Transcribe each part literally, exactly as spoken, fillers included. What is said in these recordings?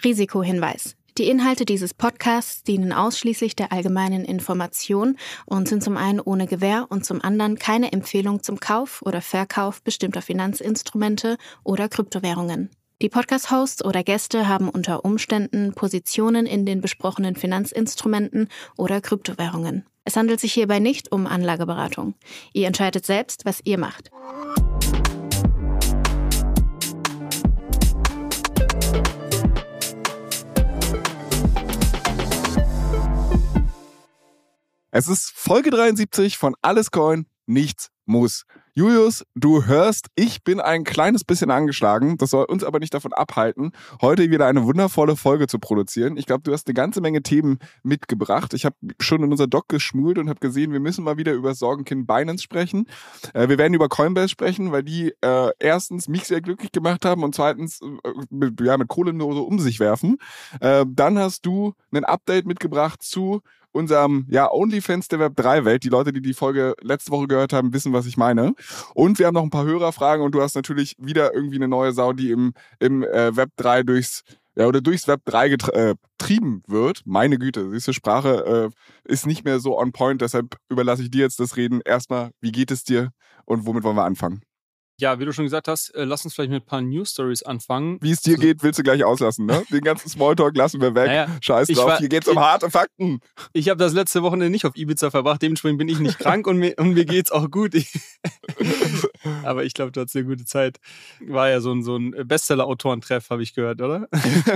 Risikohinweis. Die Inhalte dieses Podcasts dienen ausschließlich der allgemeinen Information und sind zum einen ohne Gewähr und zum anderen keine Empfehlung zum Kauf oder Verkauf bestimmter Finanzinstrumente oder Kryptowährungen. Die Podcast-Hosts oder Gäste haben unter Umständen Positionen in den besprochenen Finanzinstrumenten oder Kryptowährungen. Es handelt sich hierbei nicht um Anlageberatung. Ihr entscheidet selbst, was ihr macht. Es ist Folge dreiundsiebzig von Alles Coin, nichts muss. Julius, du hörst, ich bin ein kleines bisschen angeschlagen. Das soll uns aber nicht davon abhalten, heute wieder eine wundervolle Folge zu produzieren. Ich glaube, du hast eine ganze Menge Themen mitgebracht. Ich habe schon in unser Doc geschmult und habe gesehen, wir müssen mal wieder über das Sorgenkind Binance sprechen. Äh, wir werden über Coinbase sprechen, weil die äh, erstens mich sehr glücklich gemacht haben und zweitens äh, mit, ja, mit Kohle nur so um sich werfen. Äh, dann hast du ein Update mitgebracht zu unserem, ja, OnlyFans der Web drei Welt. Die Leute, die die Folge letzte Woche gehört haben, wissen, was ich meine. Und wir haben noch ein paar Hörerfragen und du hast natürlich wieder irgendwie eine neue Sau, die im, im äh, Web drei durchs, ja, oder durchs Web drei getrieben äh, wird. Meine Güte, siehst du, Sprache äh, ist nicht mehr so on point, deshalb überlasse ich dir jetzt das Reden. Erstmal, wie geht es dir und womit wollen wir anfangen? Ja, wie du schon gesagt hast, äh, lass uns vielleicht mit ein paar News-Stories anfangen. Wie es dir also, geht, willst du gleich auslassen, ne? Den ganzen Smalltalk lassen wir weg. Naja, Scheiß drauf, war, hier geht's um ich, harte Fakten. Ich habe das letzte Wochenende nicht auf Ibiza verbracht, dementsprechend bin ich nicht krank und mir, und mir geht's auch gut. Aber ich glaube, du hattest eine gute Zeit. War ja so ein, so ein Bestseller-Autoren-Treff, habe ich gehört, oder?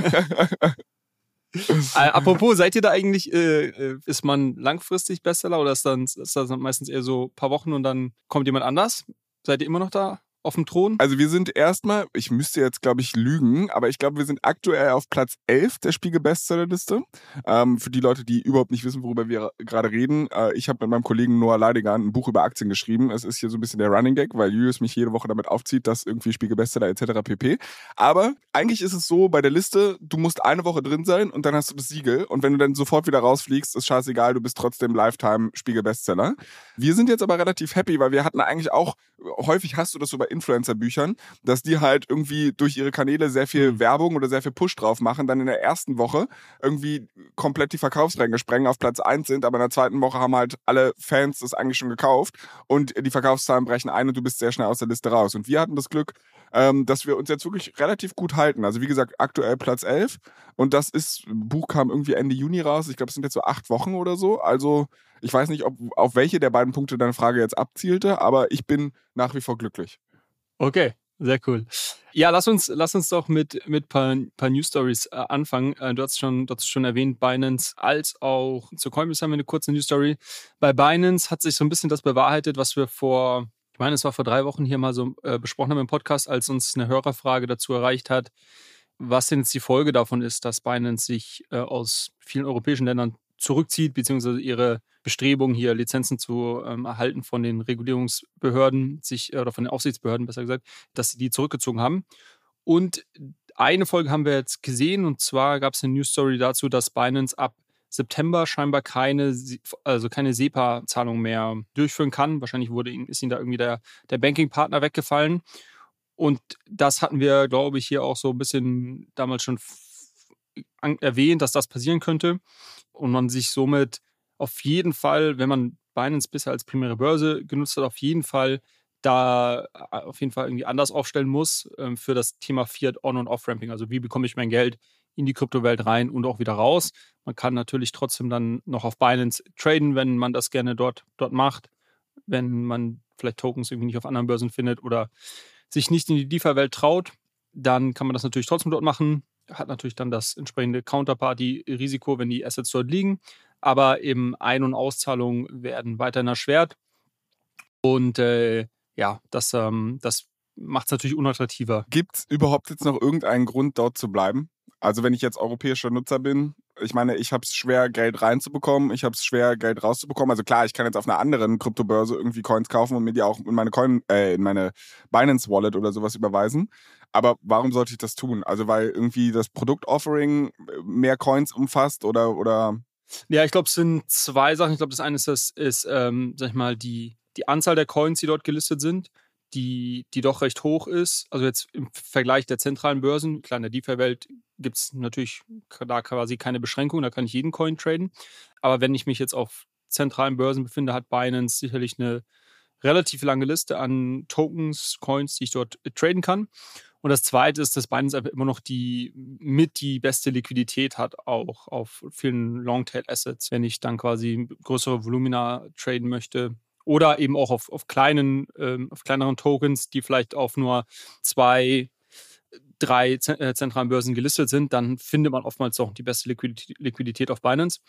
äh, apropos, seid ihr da eigentlich, äh, ist man langfristig Bestseller oder ist, dann, ist das meistens eher so ein paar Wochen und dann kommt jemand anders? Seid ihr immer noch da? Auf dem Thron? Also wir sind erstmal, ich müsste jetzt glaube ich lügen, aber ich glaube wir sind aktuell auf Platz elf der Spiegel-Bestsellerliste. Ähm, für die Leute, die überhaupt nicht wissen, worüber wir gerade reden. Äh, ich habe mit meinem Kollegen Noah Leidigan ein Buch über Aktien geschrieben. Es ist hier so ein bisschen der Running Gag, weil Julius mich jede Woche damit aufzieht, dass irgendwie Spiegel-Bestseller et cetera pp. Aber eigentlich ist es so bei der Liste, du musst eine Woche drin sein und dann hast du das Siegel. Und wenn du dann sofort wieder rausfliegst, ist scheißegal, du bist trotzdem Lifetime Spiegel-Bestseller. Wir sind jetzt aber relativ happy, weil wir hatten eigentlich auch, häufig hast du das so bei Influencer-Büchern, dass die halt irgendwie durch ihre Kanäle sehr viel Werbung oder sehr viel Push drauf machen, dann in der ersten Woche irgendwie komplett die Verkaufsränge sprengen, auf Platz eins sind, aber in der zweiten Woche haben halt alle Fans das eigentlich schon gekauft und die Verkaufszahlen brechen ein und du bist sehr schnell aus der Liste raus. Und wir hatten das Glück, ähm, dass wir uns jetzt wirklich relativ gut halten. Also wie gesagt, aktuell Platz elf und das ist, Buch kam irgendwie Ende Juni raus, ich glaube es sind jetzt so acht Wochen oder so, also ich weiß nicht, ob auf welche der beiden Punkte deine Frage jetzt abzielte, aber ich bin nach wie vor glücklich. Okay, sehr cool. Ja, lass uns, lass uns doch mit ein mit paar, paar News-Stories äh, anfangen. Äh, du hast schon, du hast schon erwähnt, Binance als auch zu Coinbase haben wir eine kurze News-Story. Bei Binance hat sich so ein bisschen das bewahrheitet, was wir vor, ich meine, es war vor drei Wochen hier mal so äh, besprochen haben im Podcast, als uns eine Hörerfrage dazu erreicht hat, was denn jetzt die Folge davon ist, dass Binance sich äh, aus vielen europäischen Ländern zurückzieht, beziehungsweise ihre Bestrebungen, hier Lizenzen zu ähm, erhalten von den Regulierungsbehörden, sich oder von den Aufsichtsbehörden, besser gesagt, dass sie die zurückgezogen haben. Und eine Folge haben wir jetzt gesehen, und zwar gab es eine News-Story dazu, dass Binance ab September scheinbar keine, also keine SEPA-Zahlung mehr durchführen kann. Wahrscheinlich wurde ihm, ist ihnen da irgendwie der, der Banking-Partner weggefallen. Und das hatten wir, glaube ich, hier auch so ein bisschen damals schon erwähnt, dass das passieren könnte und man sich somit auf jeden Fall, wenn man Binance bisher als primäre Börse genutzt hat, auf jeden Fall da auf jeden Fall irgendwie anders aufstellen muss ähm, für das Thema Fiat On- und Off-Ramping. Also wie bekomme ich mein Geld in die Kryptowelt rein und auch wieder raus. Man kann natürlich trotzdem dann noch auf Binance traden, wenn man das gerne dort, dort macht, wenn man vielleicht Tokens irgendwie nicht auf anderen Börsen findet oder sich nicht in die DeFi-Welt traut, dann kann man das natürlich trotzdem dort machen. Hat natürlich dann das entsprechende Counterparty-Risiko, wenn die Assets dort liegen. Aber eben Ein- und Auszahlungen werden weiterhin erschwert. Und äh, ja, das, ähm, das macht es natürlich unattraktiver. Gibt es überhaupt jetzt noch irgendeinen Grund, dort zu bleiben? Also wenn ich jetzt europäischer Nutzer bin, ich meine, ich habe es schwer, Geld reinzubekommen, ich habe es schwer, Geld rauszubekommen. Also klar, ich kann jetzt auf einer anderen Kryptobörse irgendwie Coins kaufen und mir die auch in meine Coin, äh, in meine Binance-Wallet oder sowas überweisen. Aber warum sollte ich das tun? Also weil irgendwie das Produktoffering mehr Coins umfasst oder... oder Ja, ich glaube, es sind zwei Sachen. Ich glaube, das eine ist, das ist ähm, sag ich mal, die, die Anzahl der Coins, die dort gelistet sind. die, die doch recht hoch ist. Also jetzt im Vergleich der zentralen Börsen, klar, in der DeFi-Welt gibt es natürlich da quasi keine Beschränkung, da kann ich jeden Coin traden. Aber wenn ich mich jetzt auf zentralen Börsen befinde, hat Binance sicherlich eine relativ lange Liste an Tokens, Coins, die ich dort traden kann. Und das Zweite ist, dass Binance einfach immer noch die mit die beste Liquidität hat, auch auf vielen Longtail-Assets, wenn ich dann quasi größere Volumina traden möchte. Oder eben auch auf, auf kleinen, ähm, auf kleineren Tokens, die vielleicht auf nur zwei, drei Z- äh, zentralen Börsen gelistet sind, dann findet man oftmals auch die beste Liquidität, Liquidität auf Binance.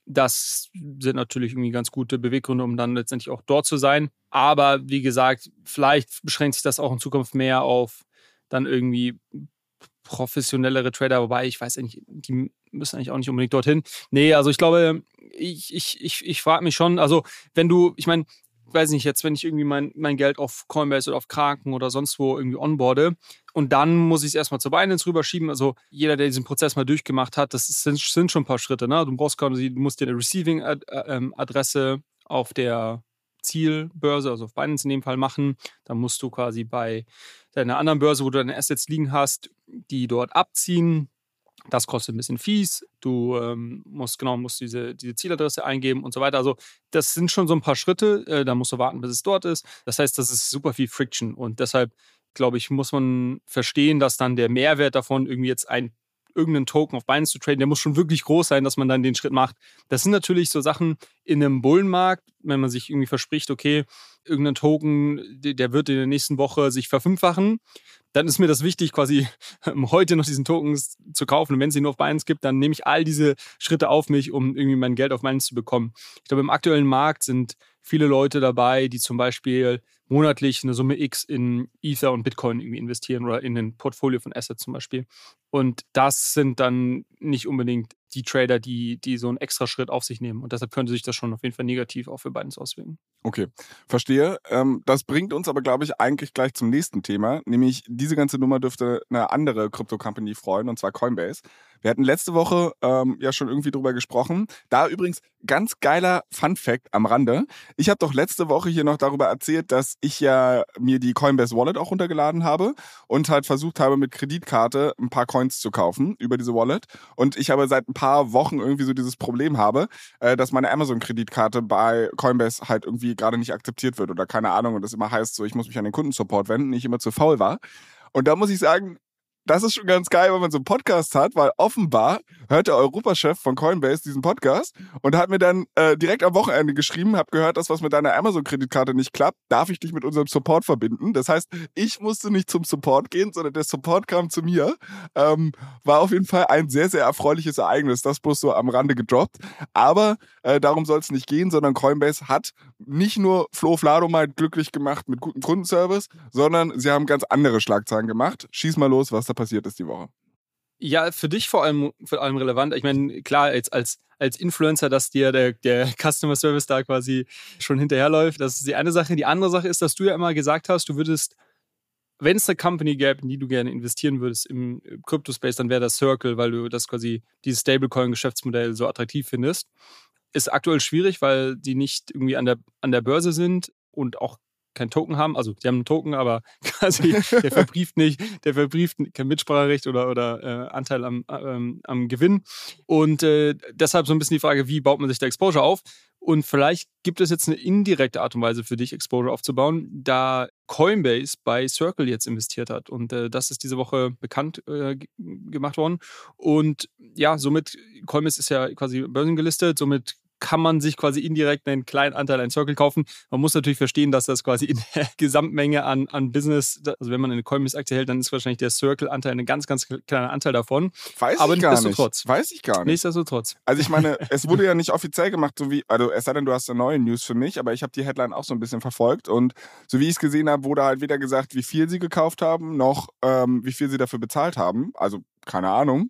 Das sind natürlich irgendwie ganz gute Beweggründe, um dann letztendlich auch dort zu sein. Aber wie gesagt, vielleicht beschränkt sich das auch in Zukunft mehr auf dann irgendwie professionellere Trader, wobei ich weiß eigentlich, die müssen eigentlich auch nicht unbedingt dorthin. Nee, also ich glaube, ich, ich, ich, ich frage mich schon, also wenn du, ich meine, weiß nicht, jetzt, wenn ich irgendwie mein, mein Geld auf Coinbase oder auf Kraken oder sonst wo irgendwie onboarde und dann muss ich es erstmal zur Binance rüberschieben. Also jeder, der diesen Prozess mal durchgemacht hat, das sind, sind schon ein paar Schritte. Ne? Du brauchst quasi, du musst dir eine Receiving-Adresse auf der Zielbörse, also auf Binance in dem Fall machen. Dann musst du quasi bei deiner anderen Börse, wo du deine Assets liegen hast, die dort abziehen. Das kostet ein bisschen Fees. Du ähm, musst genau musst diese, diese Zieladresse eingeben und so weiter. Also das sind schon so ein paar Schritte. Äh, da musst du warten, bis es dort ist. Das heißt, das ist super viel Friction. Und deshalb, glaube ich, muss man verstehen, dass dann der Mehrwert davon, irgendwie jetzt ein irgendeinen Token auf Binance zu traden, der muss schon wirklich groß sein, dass man dann den Schritt macht. Das sind natürlich so Sachen in einem Bullenmarkt, wenn man sich irgendwie verspricht, okay, irgendein Token, der wird in der nächsten Woche sich verfünffachen, dann ist mir das wichtig, quasi heute noch diesen Tokens zu kaufen. Und wenn es ihn nur auf Binance gibt, dann nehme ich all diese Schritte auf mich, um irgendwie mein Geld auf Binance zu bekommen. Ich glaube, im aktuellen Markt sind viele Leute dabei, die zum Beispiel monatlich eine Summe X in Ether und Bitcoin irgendwie investieren oder in ein Portfolio von Assets zum Beispiel. Und das sind dann nicht unbedingt die Trader, die, die so einen extra Schritt auf sich nehmen. Und deshalb könnte sich das schon auf jeden Fall negativ auch für Binance auswirken. Okay, verstehe. Ähm, das bringt uns aber, glaube ich, eigentlich gleich zum nächsten Thema. Nämlich diese ganze Nummer dürfte eine andere Krypto-Company freuen, und zwar Coinbase. Wir hatten letzte Woche ähm, ja schon irgendwie drüber gesprochen. Da übrigens ganz geiler Fun-Fact am Rande. Ich habe doch letzte Woche hier noch darüber erzählt, dass ich ja mir die Coinbase Wallet auch runtergeladen habe und halt versucht habe, mit Kreditkarte ein paar Coins zu kaufen über diese Wallet. Und ich aber seit ein paar Wochen irgendwie so dieses Problem habe, äh, dass meine Amazon-Kreditkarte bei Coinbase halt irgendwie gerade nicht akzeptiert wird oder keine Ahnung. Und das immer heißt so, ich muss mich an den Kundensupport wenden, nicht immer zu faul war. Und da muss ich sagen, das ist schon ganz geil, wenn man so einen Podcast hat, weil offenbar hört der Europachef von Coinbase diesen Podcast und hat mir dann äh, direkt am Wochenende geschrieben, hab gehört, dass was mit deiner Amazon-Kreditkarte nicht klappt, darf ich dich mit unserem Support verbinden. Das heißt, ich musste nicht zum Support gehen, sondern der Support kam zu mir. Ähm, war auf jeden Fall ein sehr, sehr erfreuliches Ereignis, das bloß so am Rande gedroppt. Aber äh, darum soll es nicht gehen, sondern Coinbase hat nicht nur Flo Flado mal glücklich gemacht mit gutem Kundenservice, sondern sie haben ganz andere Schlagzeilen gemacht. Schieß mal los, was da passiert ist die Woche. Ja, für dich vor allem, vor allem relevant. Ich meine, klar, jetzt als, als Influencer, dass dir der, der Customer Service da quasi schon hinterherläuft, das ist die eine Sache. Die andere Sache ist, dass du ja immer gesagt hast, du würdest, wenn es eine Company gäbe, in die du gerne investieren würdest im Crypto-Space, dann wäre das Circle, weil du das quasi, dieses Stablecoin-Geschäftsmodell so attraktiv findest. Ist aktuell schwierig, weil die nicht irgendwie an der, an der Börse sind und auch kein Token haben, also die haben einen Token, aber quasi der verbrieft nicht, der verbrieft kein Mitspracherecht oder, oder äh, Anteil am, ähm, am Gewinn. Und äh, deshalb so ein bisschen die Frage, wie baut man sich da Exposure auf? Und vielleicht gibt es jetzt eine indirekte Art und Weise für dich, Exposure aufzubauen, da Coinbase bei Circle jetzt investiert hat. Und äh, das ist diese Woche bekannt äh, g- gemacht worden. Und ja, somit, Coinbase ist ja quasi börsengelistet, somit kann man sich quasi indirekt einen kleinen Anteil an Circle kaufen. Man muss natürlich verstehen, dass das quasi in der Gesamtmenge an, an Business, also wenn man eine Coinbase-Aktie hält, dann ist wahrscheinlich der Circle-Anteil ein ganz, ganz kleiner Anteil davon. Weiß Aber ich gar nicht. nichtsdestotrotz. Weiß ich gar nicht. Nichtsdestotrotz. Also ich meine, es wurde ja nicht offiziell gemacht, so wie, also es sei denn, du hast eine neue News für mich, aber ich habe die Headline auch so ein bisschen verfolgt und so wie ich es gesehen habe, wurde halt weder gesagt, wie viel sie gekauft haben, noch ähm, wie viel sie dafür bezahlt haben. Also keine Ahnung.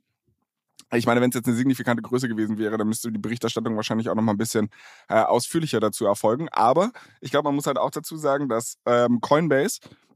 Ich meine, wenn es jetzt eine signifikante Größe gewesen wäre, dann müsste die Berichterstattung wahrscheinlich auch noch mal ein bisschen äh, ausführlicher dazu erfolgen. Aber ich glaube, man muss halt auch dazu sagen, dass ähm, Coinbase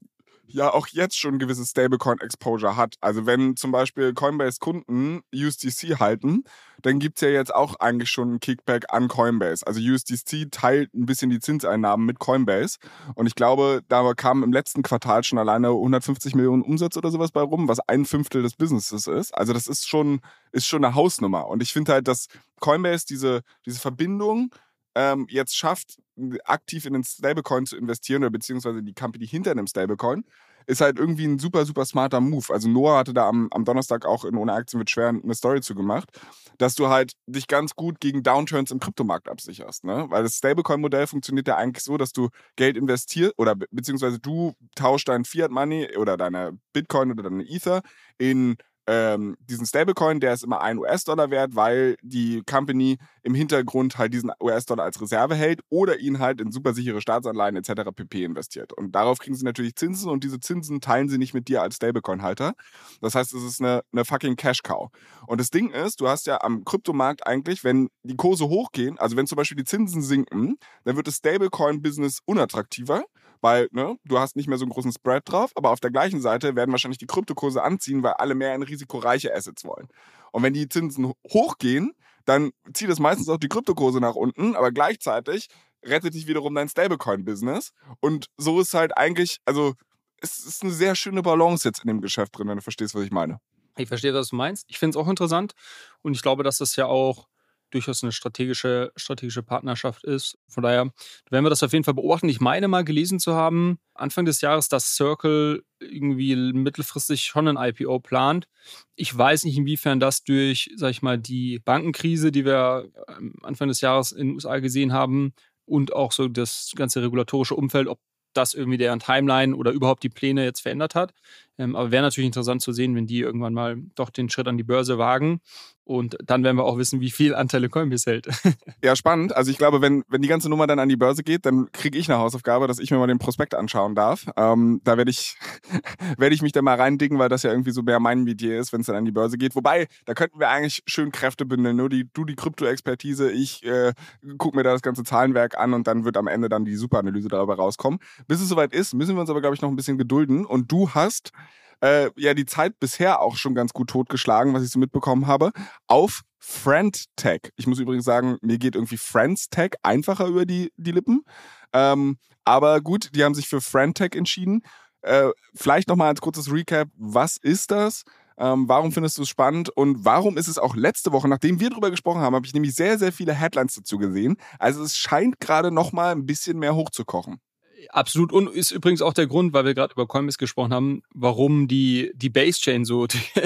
ja auch jetzt schon ein gewisses Stablecoin-Exposure hat. Also wenn zum Beispiel Coinbase-Kunden U S D C halten, dann gibt es ja jetzt auch eigentlich schon einen Kickback an Coinbase. Also U S D C teilt ein bisschen die Zinseinnahmen mit Coinbase. Und ich glaube, da kamen im letzten Quartal schon alleine hundertfünfzig Millionen Umsatz oder sowas bei rum, was ein Fünftel des Businesses ist. Also das ist schon, ist schon eine Hausnummer. Und ich finde halt, dass Coinbase diese, diese Verbindung ähm, jetzt schafft, aktiv in den Stablecoin zu investieren oder beziehungsweise die Company hinter einem Stablecoin, ist halt irgendwie ein super, super smarter Move. Also Noah hatte da am, am Donnerstag auch in Ohne Aktien wird schwer eine Story zu gemacht, dass du halt dich ganz gut gegen Downturns im Kryptomarkt absicherst. Ne? Weil das Stablecoin-Modell funktioniert ja eigentlich so, dass du Geld investierst oder be- beziehungsweise du tauschst dein Fiat-Money oder deine Bitcoin oder deine Ether in ähm, diesen Stablecoin, der ist immer ein U S-Dollar wert, weil die Company im Hintergrund halt diesen U S-Dollar als Reserve hält oder ihn halt in super sichere Staatsanleihen et cetera pp. Investiert. Und darauf kriegen sie natürlich Zinsen und diese Zinsen teilen sie nicht mit dir als Stablecoin-Halter. Das heißt, es ist eine, eine fucking Cash-Cow. Und das Ding ist, du hast ja am Kryptomarkt eigentlich, wenn die Kurse hochgehen, also wenn zum Beispiel die Zinsen sinken, dann wird das Stablecoin-Business unattraktiver, weil ne, du hast nicht mehr so einen großen Spread drauf, aber auf der gleichen Seite werden wahrscheinlich die Kryptokurse anziehen, weil alle mehr in risikoreiche Assets wollen. Und wenn die Zinsen hochgehen, dann zieht es meistens auch die Kryptokurse nach unten, aber gleichzeitig rettet dich wiederum dein Stablecoin-Business. Und so ist halt eigentlich, also es ist eine sehr schöne Balance jetzt in dem Geschäft drin, wenn du verstehst, was ich meine. Ich verstehe, was du meinst. Ich finde es auch interessant und ich glaube, dass das ja auch durchaus eine strategische, strategische Partnerschaft ist. Von daher werden wir das auf jeden Fall beobachten. Ich meine mal gelesen zu haben, Anfang des Jahres, dass Circle irgendwie mittelfristig schon ein I P O plant. Ich weiß nicht, inwiefern das durch, sag ich mal, die Bankenkrise, die wir Anfang des Jahres in den U S A gesehen haben und auch so das ganze regulatorische Umfeld, ob das irgendwie deren Timeline oder überhaupt die Pläne jetzt verändert hat. Ähm, aber wäre natürlich interessant zu sehen, wenn die irgendwann mal doch den Schritt an die Börse wagen. Und dann werden wir auch wissen, wie viel Anteile Coinbase hält. Ja, spannend. Also ich glaube, wenn, wenn die ganze Nummer dann an die Börse geht, dann kriege ich eine Hausaufgabe, dass ich mir mal den Prospekt anschauen darf. Ähm, da werde ich, werd ich mich dann mal reindicken, weil das ja irgendwie so mehr mein Metier ist, wenn es dann an die Börse geht. Wobei, da könnten wir eigentlich schön Kräfte bündeln. Nur die, du die Krypto-Expertise, ich äh, gucke mir da das ganze Zahlenwerk an und dann wird am Ende dann die Superanalyse darüber rauskommen. Bis es soweit ist, müssen wir uns aber, glaube ich, noch ein bisschen gedulden. Und du hast Äh, ja die Zeit bisher auch schon ganz gut totgeschlagen, was ich so mitbekommen habe, auf FriendTech. Ich muss übrigens sagen, mir geht irgendwie FriendsTech einfacher über die, die Lippen. Ähm, aber gut, die haben sich für FriendTech entschieden. Äh, vielleicht nochmal als kurzes Recap, was ist das? Ähm, warum findest du es spannend? Und warum ist es auch letzte Woche, nachdem wir drüber gesprochen haben, habe ich nämlich sehr, sehr viele Headlines dazu gesehen. Also es scheint gerade nochmal ein bisschen mehr hochzukochen. Absolut. Und ist übrigens auch der Grund, weil wir gerade über Coinbase gesprochen haben, warum die, die Base-Chain so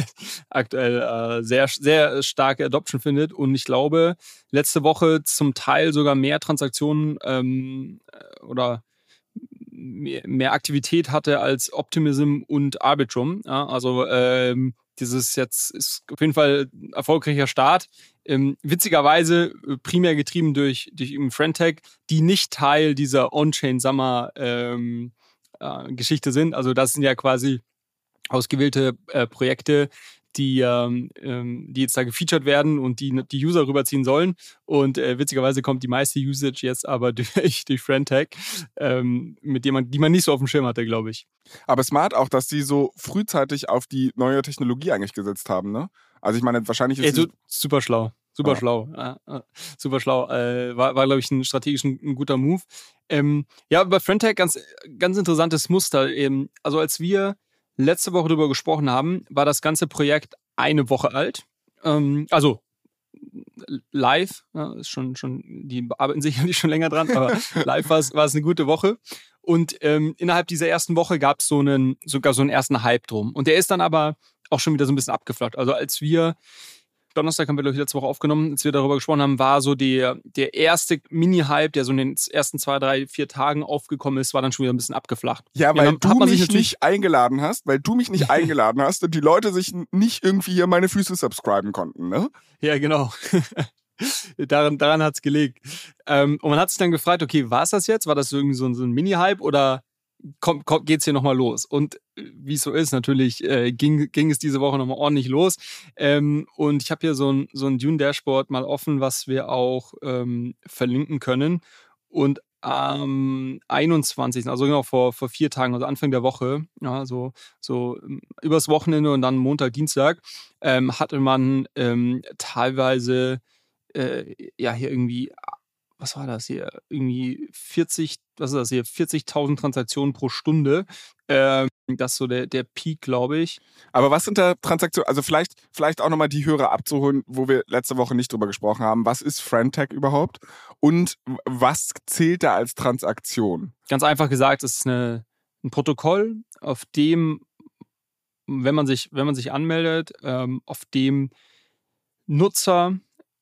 aktuell äh, sehr, sehr starke Adoption findet. Und ich glaube, letzte Woche zum Teil sogar mehr Transaktionen ähm, oder mehr, mehr Aktivität hatte als Optimism und Arbitrum. Ja, also ähm, dieses jetzt ist auf jeden Fall ein erfolgreicher Start. Ähm, witzigerweise primär getrieben durch, durch eben FriendTech, die nicht Teil dieser On-Chain-Summer-Geschichte ähm, äh, sind. Also das sind ja quasi ausgewählte äh, Projekte, die, ähm, die jetzt da gefeatured werden und die die User rüberziehen sollen. Und äh, witzigerweise kommt die meiste Usage jetzt aber durch, durch FriendTech, ähm, mit dem man, die man nicht so auf dem Schirm hatte, glaube ich. Aber smart auch, dass die so frühzeitig auf die neue Technologie eigentlich gesetzt haben, ne? Also ich meine, wahrscheinlich ist... Ey, so, super schlau. Super ja. schlau. Ja, super schlau. Äh, war, war glaube ich, ein strategisch ein, ein guter Move. Ähm, ja, bei FriendTech ganz, ganz interessantes Muster. Ähm, also als wir letzte Woche darüber gesprochen haben, war das ganze Projekt eine Woche alt. Ähm, also live, ja, ist schon, schon, die arbeiten sicherlich schon länger dran, aber live war es, war es eine gute Woche. Und ähm, innerhalb dieser ersten Woche gab es so einen, sogar so einen ersten Hype drum. Und der ist dann aber auch schon wieder so ein bisschen abgeflacht. Also als wir Donnerstag haben wir, glaube ich, letzte Woche aufgenommen, als wir darüber gesprochen haben, war so der, der erste Mini-Hype, der so in den ersten zwei, drei, vier Tagen aufgekommen ist, war dann schon wieder ein bisschen abgeflacht. Ja, weil ja, du mich nicht eingeladen hast, weil du mich nicht eingeladen hast und die Leute sich nicht irgendwie hier meine Füße subscriben konnten, ne? Ja, genau. daran daran hat es gelegt. Ähm, und man hat sich dann gefragt, okay, war es das jetzt? War das irgendwie so ein, so ein Mini-Hype oder Komm, komm, geht's hier nochmal los? Und wie es so ist, natürlich äh, ging, ging es diese Woche nochmal ordentlich los. Ähm, und ich habe hier so ein, so ein Dune-Dashboard mal offen, was wir auch ähm, verlinken können. Und am einundzwanzigsten, also genau vor, vor vier Tagen, also Anfang der Woche, ja, so, so übers Wochenende und dann Montag, Dienstag, ähm, hatte man ähm, teilweise äh, ja hier irgendwie, was war das hier, irgendwie vierzig, was ist das hier, vierzigtausend Transaktionen pro Stunde. Ähm, das ist so der, der Peak, glaube ich. Aber was sind da Transaktionen? Also vielleicht, vielleicht auch nochmal die Hörer abzuholen, wo wir letzte Woche nicht drüber gesprochen haben. Was ist Friendtag überhaupt? Und was zählt da als Transaktion? Ganz einfach gesagt, es ist eine, ein Protokoll, auf dem, wenn man sich, wenn man sich anmeldet, ähm, auf dem Nutzer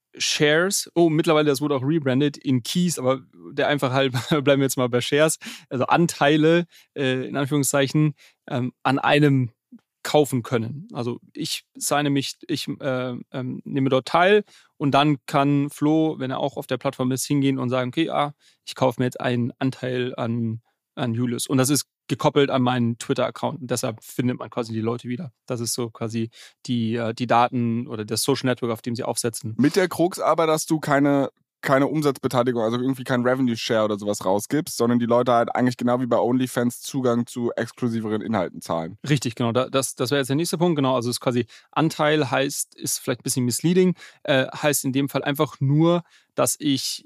Shares, oh, mittlerweile, das wurde auch rebrandet in Keys, aber der einfach halt, bleiben wir jetzt mal bei Shares, also Anteile, äh, in Anführungszeichen, ähm, an einem kaufen können. Also ich signe mich, ich äh, ähm, nehme dort teil und dann kann Flo, wenn er auch auf der Plattform ist, hingehen und sagen, okay, ah, ich kaufe mir jetzt einen Anteil an, an Julius. Und das ist gekoppelt an meinen Twitter-Account. Und deshalb findet man quasi die Leute wieder. Das ist so quasi die, die Daten oder das Social Network, auf dem sie aufsetzen. Mit der Krux aber, dass du keine, keine Umsatzbeteiligung, also irgendwie kein Revenue Share oder sowas rausgibst, sondern die Leute halt eigentlich genau wie bei OnlyFans Zugang zu exklusiveren Inhalten zahlen. Richtig, genau. Das, das wäre jetzt der nächste Punkt. Genau, also es ist quasi Anteil heißt, ist vielleicht ein bisschen misleading, äh, heißt in dem Fall einfach nur, dass ich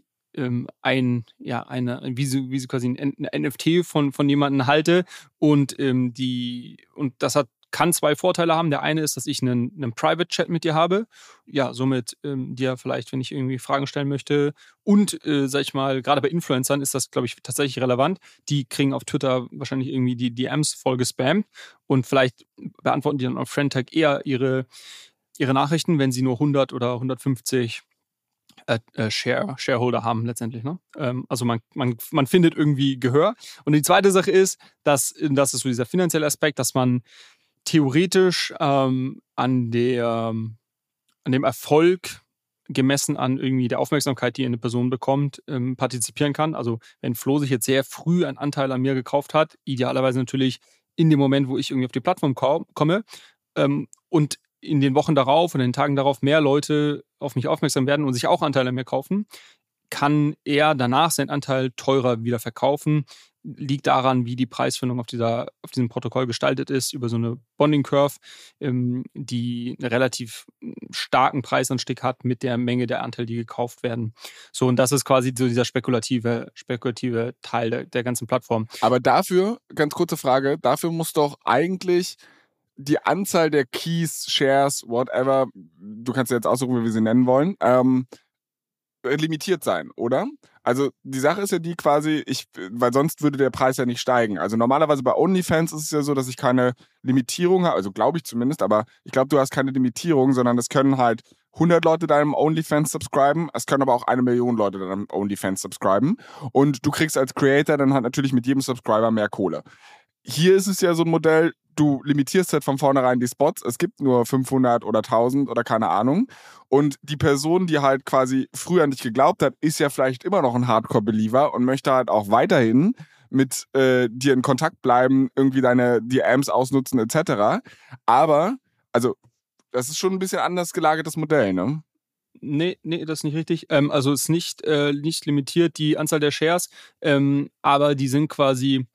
ein, ja, eine, wie so, wie so quasi ein N F T von, von jemandem halte und ähm, die, und das hat, kann zwei Vorteile haben. Der eine ist, dass ich einen, einen Private Chat mit dir habe, ja, somit ähm, dir vielleicht, wenn ich irgendwie Fragen stellen möchte und, äh, sag ich mal, gerade bei Influencern ist das, glaube ich, tatsächlich relevant. Die kriegen auf Twitter wahrscheinlich irgendwie die D Ms voll gespammt und vielleicht beantworten die dann auf Friendtag eher ihre, ihre Nachrichten, wenn sie nur hundert oder hundertfünfzig Äh, äh, Share, Shareholder haben letztendlich. Ne? Ähm, also man, man, man findet irgendwie Gehör. Und die zweite Sache ist, dass, das ist so dieser finanzielle Aspekt, dass man theoretisch ähm, an, der, an dem Erfolg gemessen an irgendwie der Aufmerksamkeit, die eine Person bekommt, ähm, partizipieren kann. Also wenn Flo sich jetzt sehr früh einen Anteil an mir gekauft hat, idealerweise natürlich in dem Moment, wo ich irgendwie auf die Plattform komme ähm, und in den Wochen darauf und in den Tagen darauf mehr Leute auf mich aufmerksam werden und sich auch Anteile an mir kaufen, kann er danach seinen Anteil teurer wieder verkaufen. Liegt daran, wie die Preisfindung auf, dieser, auf diesem Protokoll gestaltet ist, über so eine Bonding Curve, ähm, die einen relativ starken Preisanstieg hat mit der Menge der Anteile, die gekauft werden. So, und das ist quasi so dieser spekulative, spekulative Teil der, der ganzen Plattform. Aber dafür, ganz kurze Frage, dafür muss doch eigentlich die Anzahl der Keys, Shares, whatever, du kannst ja jetzt aussuchen, wie wir sie nennen wollen, ähm, limitiert sein, oder? Also die Sache ist ja die quasi, ich, weil sonst würde der Preis ja nicht steigen. Also normalerweise bei OnlyFans ist es ja so, dass ich keine Limitierung habe, also glaube ich zumindest, aber ich glaube, du hast keine Limitierung, sondern es können halt hundert Leute deinem OnlyFans subscriben, es können aber auch eine Million Leute deinem OnlyFans subscriben und du kriegst als Creator dann halt natürlich mit jedem Subscriber mehr Kohle. Hier ist es ja so ein Modell, du limitierst halt von vornherein die Spots. Es gibt nur fünfhundert oder tausend oder keine Ahnung. Und die Person, die halt quasi früher an dich geglaubt hat, ist ja vielleicht immer noch ein Hardcore-Believer und möchte halt auch weiterhin mit äh, dir in Kontakt bleiben, irgendwie deine D Ms ausnutzen et cetera. Aber, also, das ist schon ein bisschen anders gelagertes Modell, ne? Nee, nee, das ist nicht richtig. Ähm, also es ist nicht, äh, nicht limitiert, die Anzahl der Shares, ähm, aber die sind quasi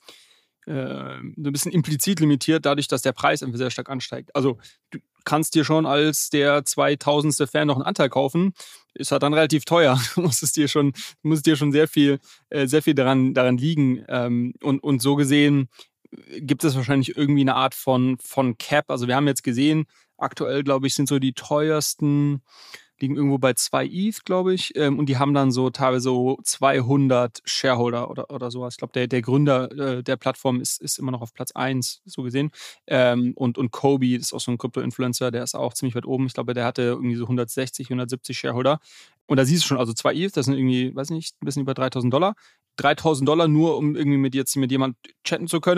äh, so ein bisschen implizit limitiert, dadurch, dass der Preis einfach sehr stark ansteigt. Also du kannst dir schon als der zweitausendste Fan noch einen Anteil kaufen, ist halt dann relativ teuer. Du musst es dir schon, muss dir schon sehr viel, äh, sehr viel daran, daran liegen. Ähm, und, und so gesehen gibt es wahrscheinlich irgendwie eine Art von, von Cap. Also wir haben jetzt gesehen, aktuell, glaube ich, sind so die teuersten, liegen irgendwo bei zwei E T H, glaube ich. Ähm, und die haben dann so teilweise so zweihundert Shareholder oder, oder sowas. Ich glaube, der, der Gründer äh, der Plattform ist, ist immer noch auf Platz eins, so gesehen. Ähm, und, und Kobe ist auch so ein Krypto-Influencer, der ist auch ziemlich weit oben. Ich glaube, der hatte irgendwie so hundertsechzig, hundertsiebzig Shareholder. Und da siehst du schon, also zwei E T H, das sind irgendwie, weiß nicht, ein bisschen über dreitausend Dollar. dreitausend Dollar nur, um irgendwie mit jetzt mit jemand chatten zu können.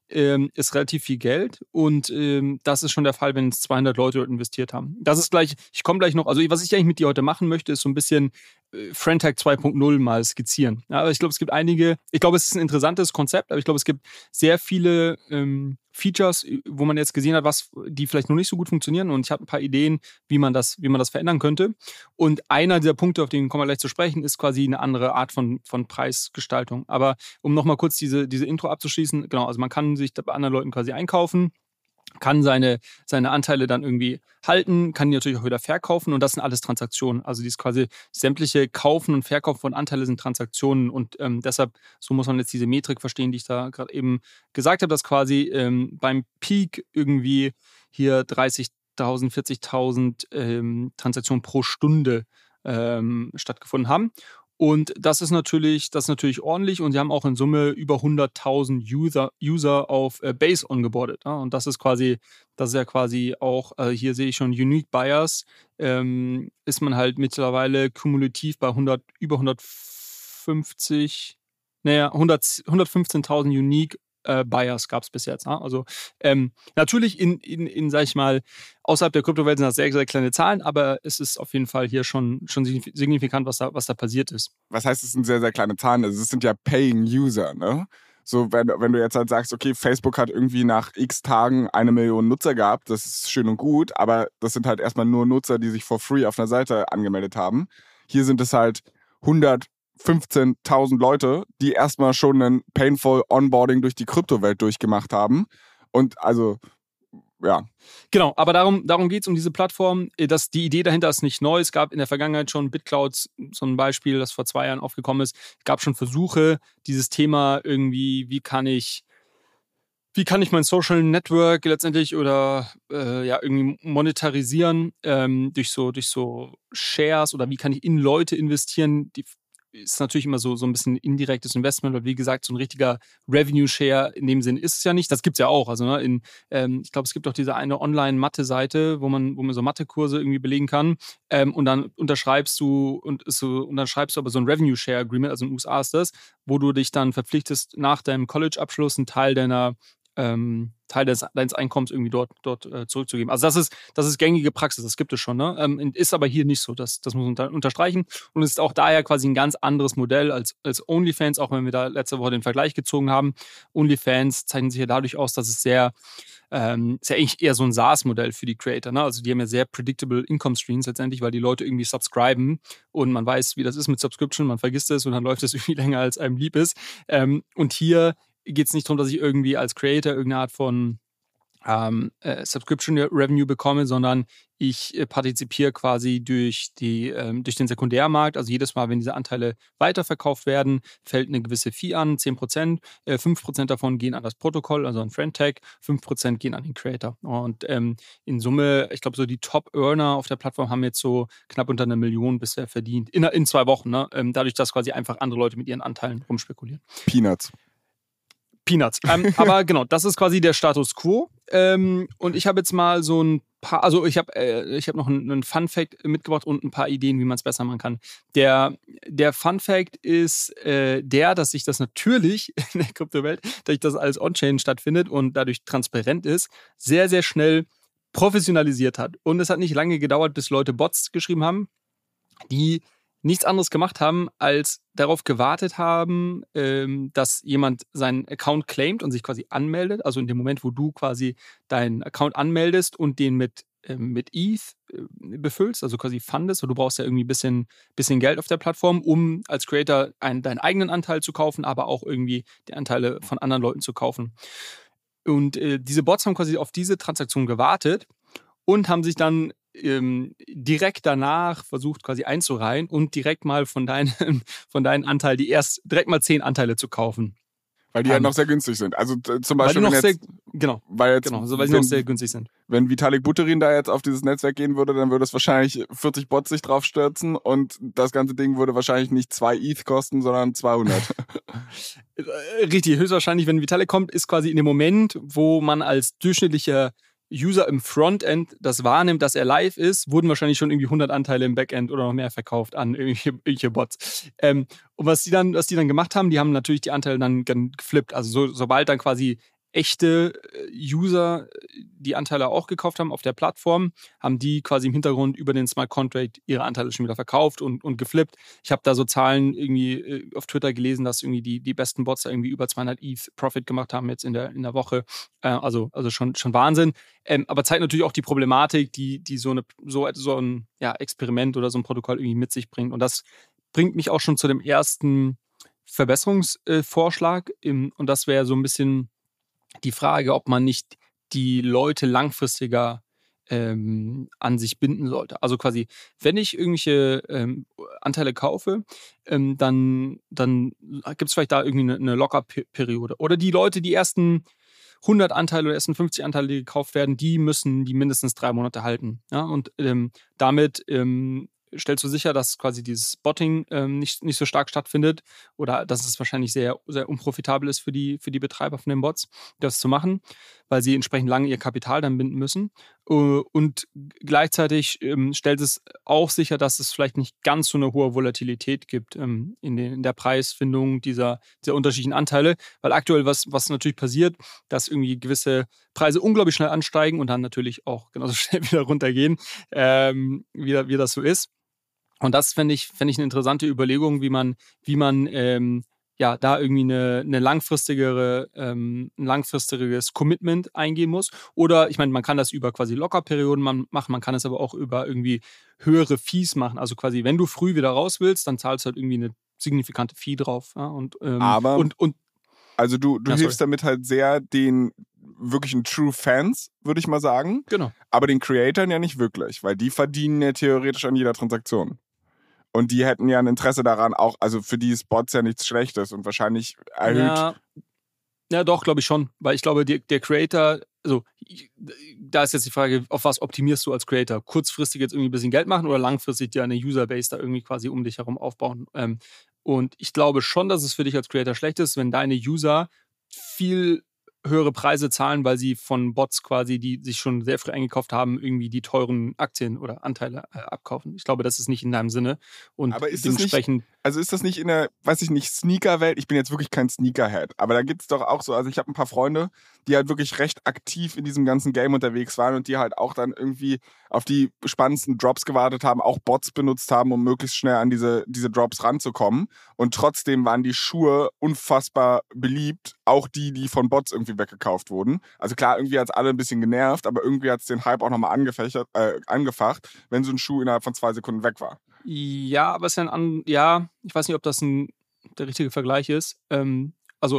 ähm, ist relativ viel Geld und ähm, das ist schon der Fall, wenn es zweihundert Leute dort investiert haben. Das ist gleich, ich komme gleich noch, also was ich eigentlich mit dir heute machen möchte, ist so ein bisschen äh, Friend.Hack zwei Punkt null mal skizzieren. Ja, aber ich glaube, es gibt einige, ich glaube, es ist ein interessantes Konzept, aber ich glaube, es gibt sehr viele ähm, Features, wo man jetzt gesehen hat, was die vielleicht noch nicht so gut funktionieren und ich habe ein paar Ideen, wie man das, wie man das verändern könnte. Und einer dieser Punkte, auf den kommen wir gleich zu sprechen, ist quasi eine andere Art von, von Preisgestaltung. Aber um nochmal kurz diese, diese Intro abzuschließen, genau, also man kann sich da bei anderen Leuten quasi einkaufen, kann seine, seine Anteile dann irgendwie halten, kann die natürlich auch wieder verkaufen und das sind alles Transaktionen. Also dieses quasi sämtliche Kaufen und Verkaufen von Anteilen sind Transaktionen und ähm, deshalb, so muss man jetzt diese Metrik verstehen, die ich da gerade eben gesagt habe, dass quasi ähm, beim Peak irgendwie hier dreißigtausend, vierzigtausend ähm, Transaktionen pro Stunde ähm, stattgefunden haben. Und das ist natürlich, das ist natürlich ordentlich und sie haben auch in Summe über hunderttausend User, User auf äh, Base ongeboardet. Ja? Und das ist quasi, das ist ja quasi auch, äh, hier sehe ich schon Unique Buyers, ähm, ist man halt mittlerweile kumulativ bei hundert, über hundertfünfzig, naja, hundert, hundertfünfzehntausend Unique Äh, Buyers gab es bis jetzt. Ne? Also ähm, natürlich in, in, in, sag ich mal, außerhalb der Kryptowelt sind das sehr, sehr kleine Zahlen, aber es ist auf jeden Fall hier schon, schon signifikant, was da, was da passiert ist. Was heißt, es sind sehr, sehr kleine Zahlen? Also es sind ja Paying User, ne? So, wenn, wenn du jetzt halt sagst, okay, Facebook hat irgendwie nach x Tagen eine Million Nutzer gehabt, das ist schön und gut, aber das sind halt erstmal nur Nutzer, die sich for free auf einer Seite angemeldet haben. Hier sind es halt hundertfünfzehntausend Leute, die erstmal schon ein painful Onboarding durch die Kryptowelt durchgemacht haben. Und also, ja. Genau, aber darum, darum geht es um diese Plattform. Das, die Idee dahinter ist nicht neu. Es gab in der Vergangenheit schon BitCloud, so ein Beispiel, das vor zwei Jahren aufgekommen ist. Es gab schon Versuche, dieses Thema irgendwie, wie kann ich Wie kann ich mein Social Network letztendlich oder äh, ja irgendwie monetarisieren ähm, durch so durch so Shares oder wie kann ich in Leute investieren? Die ist natürlich immer so so ein bisschen indirektes Investment, weil wie gesagt so ein richtiger Revenue Share in dem Sinn ist es ja nicht. Das gibt's ja auch. Also ne, in ähm, ich glaube es gibt auch diese eine Online-Mathe-Seite, wo man wo man so Mathekurse irgendwie belegen kann ähm, und dann unterschreibst du und so und dann schreibst du aber so ein Revenue Share Agreement, also in den U S A ist das, wo du dich dann verpflichtest nach deinem College-Abschluss einen Teil deiner Ähm, Teil des, deines Einkommens irgendwie dort, dort äh, zurückzugeben. Also das ist, das ist gängige Praxis, das gibt es schon. Ne? Ähm, ist aber hier nicht so, das, das muss man unter, unterstreichen. Und es ist auch daher quasi ein ganz anderes Modell als, als OnlyFans, auch wenn wir da letzte Woche den Vergleich gezogen haben. OnlyFans zeichnen sich ja dadurch aus, dass es sehr, ähm, ist ja eigentlich eher so ein SaaS-Modell für die Creator. Ne? Also die haben ja sehr predictable Income Streams letztendlich, weil die Leute irgendwie subscriben und man weiß, wie das ist mit Subscription, man vergisst es und dann läuft es irgendwie länger, als einem lieb ist. Ähm, und hier geht es nicht darum, dass ich irgendwie als Creator irgendeine Art von ähm, äh, Subscription Revenue bekomme, sondern ich äh, partizipiere quasi durch, die, ähm, durch den Sekundärmarkt. Also jedes Mal, wenn diese Anteile weiterverkauft werden, fällt eine gewisse Fee an, zehn Prozent. Äh, fünf Prozent davon gehen an das Protokoll, also an Friend.Hack, fünf Prozent gehen an den Creator. Und ähm, in Summe, ich glaube, so die Top-Earner auf der Plattform haben jetzt so knapp unter einer Million bisher verdient. In, in zwei Wochen, ne? ähm, dadurch, dass quasi einfach andere Leute mit ihren Anteilen rumspekulieren. Peanuts. Peanuts. Ähm, aber genau, das ist quasi der Status Quo. Ähm, und ich habe jetzt mal so ein paar, also ich habe äh, ich hab noch einen, einen Fun-Fact mitgebracht und ein paar Ideen, wie man es besser machen kann. Der, der Fun-Fact ist äh, der, dass sich das natürlich in der Kryptowelt, dadurch, dass alles On-Chain stattfindet und dadurch transparent ist, sehr, sehr schnell professionalisiert hat. Und es hat nicht lange gedauert, bis Leute Bots geschrieben haben, die nichts anderes gemacht haben, als darauf gewartet haben, ähm, dass jemand seinen Account claimt und sich quasi anmeldet. Also in dem Moment, wo du quasi deinen Account anmeldest und den mit, ähm, mit E T H äh, befüllst, also quasi fundest, und du brauchst ja irgendwie ein bisschen, bisschen Geld auf der Plattform, um als Creator einen, deinen eigenen Anteil zu kaufen, aber auch irgendwie die Anteile von anderen Leuten zu kaufen. Und äh, diese Bots haben quasi auf diese Transaktion gewartet und haben sich dann Ähm, direkt danach versucht quasi einzureihen und direkt mal von deinen, von deinen Anteilen, die erst direkt mal zehn Anteile zu kaufen. Weil die um, ja noch sehr günstig sind. Also t- zum Beispiel, weil die noch wenn jetzt, sehr, genau, weil jetzt, genau, so, weil die wenn, noch sehr günstig sind. Wenn Vitalik Buterin da jetzt auf dieses Netzwerk gehen würde, dann würde es wahrscheinlich vierzig Bots sich drauf stürzen und das ganze Ding würde wahrscheinlich nicht zwei E T H kosten, sondern zweihundert. Richtig, höchstwahrscheinlich, wenn Vitalik kommt, ist quasi in dem Moment, wo man als durchschnittlicher User im Frontend das wahrnimmt, dass er live ist, wurden wahrscheinlich schon irgendwie hundert Anteile im Backend oder noch mehr verkauft an irgendwelche, irgendwelche Bots. Ähm, und was die, dann, was die dann gemacht haben, die haben natürlich die Anteile dann geflippt. Also so, sobald dann quasi echte User die Anteile auch gekauft haben auf der Plattform, haben die quasi im Hintergrund über den Smart Contract ihre Anteile schon wieder verkauft und, und geflippt. Ich habe da so Zahlen irgendwie auf Twitter gelesen, dass irgendwie die, die besten Bots da irgendwie über zweihundert E T H Profit gemacht haben jetzt in der, in der Woche. Äh, also also schon, schon Wahnsinn. Ähm, aber zeigt natürlich auch die Problematik, die, die so, eine, so, so ein ja, Experiment oder so ein Protokoll irgendwie mit sich bringt. Und das bringt mich auch schon zu dem ersten Verbesserungsvorschlag. Äh, und das wäre so ein bisschen die Frage, ob man nicht die Leute langfristiger ähm, an sich binden sollte. Also quasi, wenn ich irgendwelche ähm, Anteile kaufe, ähm, dann, dann gibt es vielleicht da irgendwie eine, eine Locker-Periode. Oder die Leute, die ersten hundert Anteile oder ersten fünfzig Anteile, die gekauft werden, die müssen die mindestens drei Monate halten. Ja? Und ähm, damit ähm, stellst du sicher, dass quasi dieses Botting ähm, nicht, nicht so stark stattfindet oder dass es wahrscheinlich sehr, sehr unprofitabel ist für die, für die Betreiber von den Bots, das zu machen, weil sie entsprechend lange ihr Kapital dann binden müssen. Uh, und gleichzeitig ähm, stellt es auch sicher, dass es vielleicht nicht ganz so eine hohe Volatilität gibt ähm, in, den, in der Preisfindung dieser, dieser unterschiedlichen Anteile, weil aktuell was, was natürlich passiert, dass irgendwie gewisse Preise unglaublich schnell ansteigen und dann natürlich auch genauso schnell wieder runtergehen, ähm, wie, wie das so ist. Und das fände ich, fänd ich eine interessante Überlegung, wie man, wie man ähm, ja, da irgendwie eine, eine langfristigere, ähm, ein langfristiges Commitment eingehen muss. Oder ich meine, man kann das über quasi Lockerperioden machen, man kann es aber auch über irgendwie höhere Fees machen. Also quasi, wenn du früh wieder raus willst, dann zahlst du halt irgendwie eine signifikante Fee drauf. Ja? Und, ähm, aber und, und also du, du ja, hilfst damit halt sehr den wirklichen True Fans, würde ich mal sagen. Genau. Aber den Creatoren ja nicht wirklich, weil die verdienen ja theoretisch an jeder Transaktion. Und die hätten ja ein Interesse daran, auch, also für die ist Bots ja nichts Schlechtes und wahrscheinlich erhöht. Ja, ja doch, glaube ich schon. Weil ich glaube, die, der Creator, also da ist jetzt die Frage, auf was optimierst du als Creator? Kurzfristig jetzt irgendwie ein bisschen Geld machen oder langfristig dir eine Userbase da irgendwie quasi um dich herum aufbauen? Ähm, und ich glaube schon, dass es für dich als Creator schlecht ist, wenn deine User viel höhere Preise zahlen, weil sie von Bots quasi, die sich schon sehr früh eingekauft haben, irgendwie die teuren Aktien oder Anteile äh, abkaufen. Ich glaube, das ist nicht in deinem Sinne. Und aber ist dementsprechend. Das nicht, also ist das nicht in der, weiß ich nicht, Sneaker-Welt? Ich bin jetzt wirklich kein Sneakerhead, aber da gibt es doch auch so, also ich habe ein paar Freunde, die halt wirklich recht aktiv in diesem ganzen Game unterwegs waren und die halt auch dann irgendwie auf die spannendsten Drops gewartet haben, auch Bots benutzt haben, um möglichst schnell an diese, diese Drops ranzukommen. Und trotzdem waren die Schuhe unfassbar beliebt, auch die, die von Bots irgendwie weggekauft wurden. Also klar, irgendwie hat es alle ein bisschen genervt, aber irgendwie hat es den Hype auch nochmal angefächert, äh, angefacht, wenn so ein Schuh innerhalb von zwei Sekunden weg war. Ja, aber es ist ja ein an, ja, ich weiß nicht, ob das ein, der richtige Vergleich ist. Ähm, also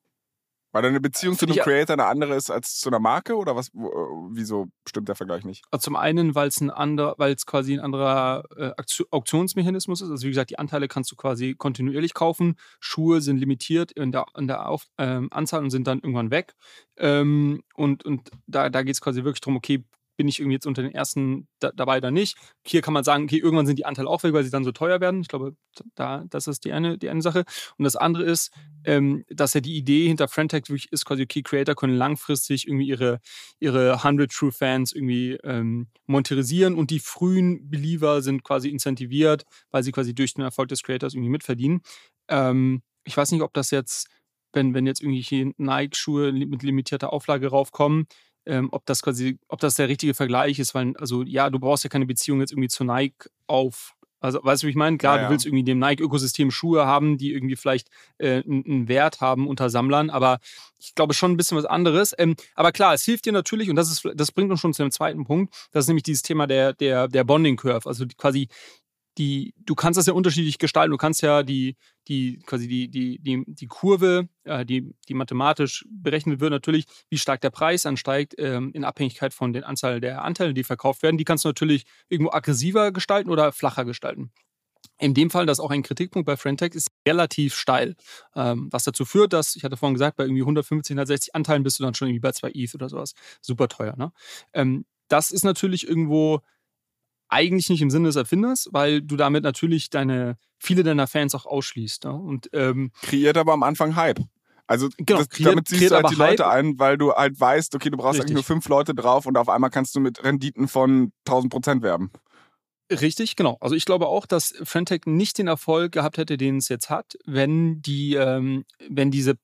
Weil deine Beziehung zu einem ich, Creator eine andere ist als zu einer Marke oder was? Wieso stimmt der Vergleich nicht? Also zum einen, weil es ein anderer, weil es quasi ein anderer äh, Auktionsmechanismus ist. Also wie gesagt, die Anteile kannst du quasi kontinuierlich kaufen. Schuhe sind limitiert in der, in der Auf, ähm, Anzahl und sind dann irgendwann weg. Ähm, und und da, da geht es quasi wirklich darum, okay, bin ich irgendwie jetzt unter den ersten da, dabei oder nicht. Hier kann man sagen, okay, irgendwann sind die Anteile auch weg, weil sie dann so teuer werden. Ich glaube, da, das ist die eine, die eine Sache. Und das andere ist, ähm, dass ja die Idee hinter Friendtech wirklich ist, quasi, okay, Creator können langfristig irgendwie ihre, ihre hundert True Fans irgendwie ähm, monetarisieren und die frühen Believer sind quasi incentiviert, weil sie quasi durch den Erfolg des Creators irgendwie mitverdienen. Ähm, ich weiß nicht, ob das jetzt, wenn, wenn jetzt irgendwie hier Nike-Schuhe mit limitierter Auflage raufkommen, Ähm, ob das quasi, ob das der richtige Vergleich ist, weil, also ja, du brauchst ja keine Beziehung jetzt irgendwie zu Nike auf, also weißt du, wie ich meine? Klar, ja, ja. Du willst irgendwie dem Nike-Ökosystem Schuhe haben, die irgendwie vielleicht äh, einen Wert haben unter Sammlern, aber ich glaube schon ein bisschen was anderes. Ähm, aber klar, es hilft dir natürlich, und das ist, das bringt uns schon zu dem zweiten Punkt, das ist nämlich dieses Thema der, der, der Bonding-Curve, also die, quasi Die, du kannst das ja unterschiedlich gestalten. Du kannst ja die, die, quasi die, die, die, die Kurve, äh, die, die mathematisch berechnet wird, natürlich, wie stark der Preis ansteigt, ähm, in Abhängigkeit von der Anzahl der Anteile, die verkauft werden. Die kannst du natürlich irgendwo aggressiver gestalten oder flacher gestalten. In dem Fall, das ist auch ein Kritikpunkt bei Friendtech, ist relativ steil. Ähm, was dazu führt, dass, ich hatte vorhin gesagt, bei irgendwie hundertfünfzig, hundertsechzig Anteilen bist du dann schon irgendwie bei zwei E T H oder sowas. Super teuer, ne? Ähm, das ist natürlich irgendwo eigentlich nicht im Sinne des Erfinders, weil du damit natürlich deine, viele deiner Fans auch ausschließt. Ja? Und, ähm, kreiert aber am Anfang Hype. Also genau, das, kreiert, damit ziehst du halt die Hype. Leute ein, weil du halt weißt, okay, du brauchst Richtig. eigentlich nur fünf Leute drauf und auf einmal kannst du mit Renditen von tausend Prozent werben. Richtig, genau. Also ich glaube auch, dass Friendtech nicht den Erfolg gehabt hätte, den es jetzt hat, wenn die, ähm, wenn diese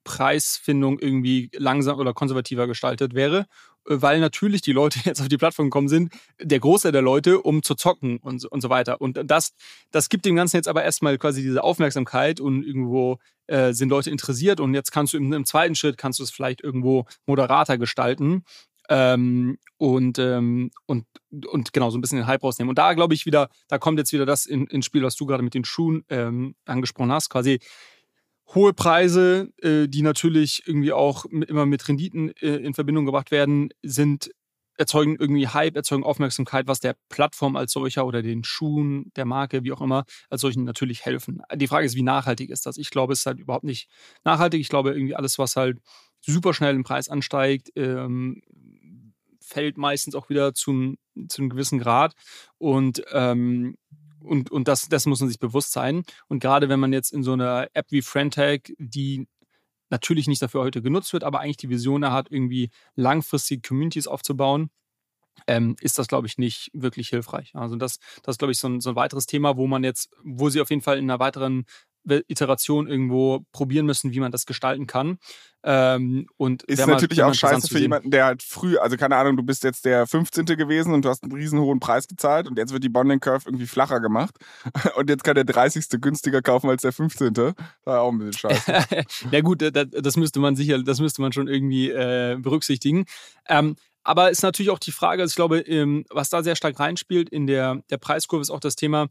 Preisfindung irgendwie langsam oder konservativer gestaltet wäre, weil natürlich die Leute jetzt auf die Plattform gekommen sind, der Großteil der Leute, um zu zocken und so, und so weiter. Und das, das gibt dem Ganzen jetzt aber erstmal quasi diese Aufmerksamkeit und irgendwo äh, sind Leute interessiert und jetzt kannst du im, im zweiten Schritt kannst du es vielleicht irgendwo moderater gestalten ähm, und, ähm, und, und genau so ein bisschen den Hype rausnehmen. Und da glaube ich wieder, da kommt jetzt wieder das in, ins Spiel, was du gerade mit den Schuhen ähm, angesprochen hast, quasi hohe Preise, äh, die natürlich irgendwie auch mit, immer mit Renditen äh, in Verbindung gebracht werden, sind erzeugen irgendwie Hype, erzeugen Aufmerksamkeit, was der Plattform als solcher oder den Schuhen, der Marke, wie auch immer, als solchen natürlich helfen. Die Frage ist, wie nachhaltig ist das? Ich glaube, es ist halt überhaupt nicht nachhaltig. Ich glaube, irgendwie alles, was halt super schnell im Preis ansteigt, ähm, fällt meistens auch wieder zum, zu einem gewissen Grad. Und ähm, Und, und das, das muss man sich bewusst sein. Und gerade wenn man jetzt in so einer App wie Friendtag, die natürlich nicht dafür heute genutzt wird, aber eigentlich die Vision hat, irgendwie langfristige Communities aufzubauen, ähm, ist das, glaube ich, nicht wirklich hilfreich. Also das, das ist, glaube ich, so ein, so ein weiteres Thema, wo man jetzt, wo sie auf jeden Fall in einer weiteren Iteration irgendwo probieren müssen, wie man das gestalten kann. Ähm, und ist natürlich mal, auch scheiße für jemanden, der halt früh, also keine Ahnung, du bist jetzt der fünfzehnte gewesen und du hast einen riesen hohen Preis gezahlt und jetzt wird die Bonding Curve irgendwie flacher gemacht und jetzt kann der dreißigste günstiger kaufen als der fünfzehnte. Das war auch ein bisschen scheiße. Ja gut, das, das müsste man sicher, das müsste man schon irgendwie äh, berücksichtigen. Ähm, aber ist natürlich auch die Frage, also ich glaube, ähm, was da sehr stark reinspielt in der, der Preiskurve, ist auch das Thema,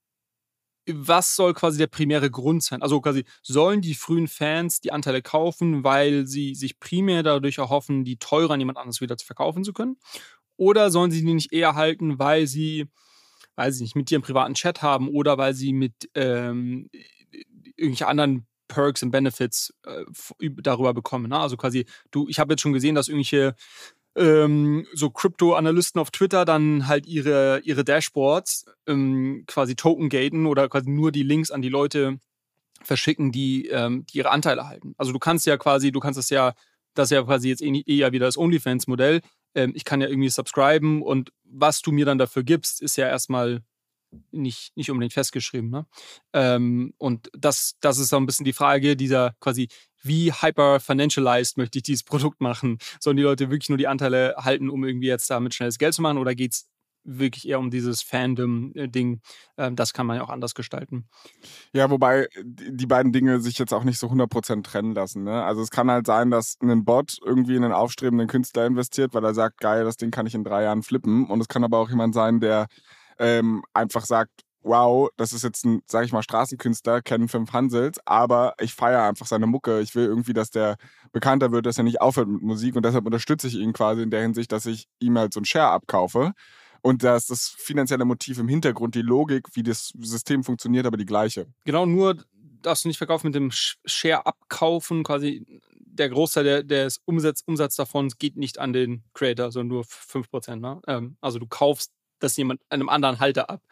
was soll quasi der primäre Grund sein? Also quasi, sollen die frühen Fans die Anteile kaufen, weil sie sich primär dadurch erhoffen, die teurer an jemand anderes wieder zu verkaufen zu können? Oder sollen sie die nicht eher halten, weil sie, weiß ich nicht, mit dir einen privaten Chat haben oder weil sie mit ähm, irgendwelchen anderen Perks und Benefits äh, darüber bekommen? Ne? Also quasi, du, ich habe jetzt schon gesehen, dass irgendwelche Ähm, so Krypto-Analysten auf Twitter dann halt ihre, ihre Dashboards ähm, quasi token-gaten oder quasi nur die Links an die Leute verschicken, die, ähm, die ihre Anteile halten. Also du kannst ja quasi, du kannst das ja, das ist ja quasi jetzt eher wieder das OnlyFans-Modell. Ähm, ich kann ja irgendwie subscriben und was du mir dann dafür gibst, ist ja erstmal nicht, nicht unbedingt festgeschrieben. Ne? Ähm, und das, das ist so ein bisschen die Frage dieser quasi, wie hyper-financialized möchte ich dieses Produkt machen? Sollen die Leute wirklich nur die Anteile halten, um irgendwie jetzt damit schnelles Geld zu machen? Oder geht es wirklich eher um dieses Fandom-Ding? Ähm, das kann man ja auch anders gestalten. Ja, wobei die beiden Dinge sich jetzt auch nicht so hundert Prozent trennen lassen. Ne? Also es kann halt sein, dass ein Bot irgendwie in einen aufstrebenden Künstler investiert, weil er sagt, geil, das Ding kann ich in drei Jahren flippen. Und es kann aber auch jemand sein, der ähm, einfach sagt, wow, das ist jetzt ein, sag ich mal, Straßenkünstler, kennen fünf Hansels, aber ich feiere einfach seine Mucke. Ich will irgendwie, dass der bekannter wird, dass er nicht aufhört mit Musik und deshalb unterstütze ich ihn quasi in der Hinsicht, dass ich ihm halt so ein Share abkaufe. Und da ist das finanzielle Motiv im Hintergrund, die Logik, wie das System funktioniert, aber die gleiche. Genau, nur darfst du nicht verkaufen mit dem Share abkaufen, quasi der Großteil der, des Umsatz, Umsatz davon geht nicht an den Creator, sondern nur fünf Prozent. Ne? Ähm, also du kaufst das jemand einem anderen Halter ab.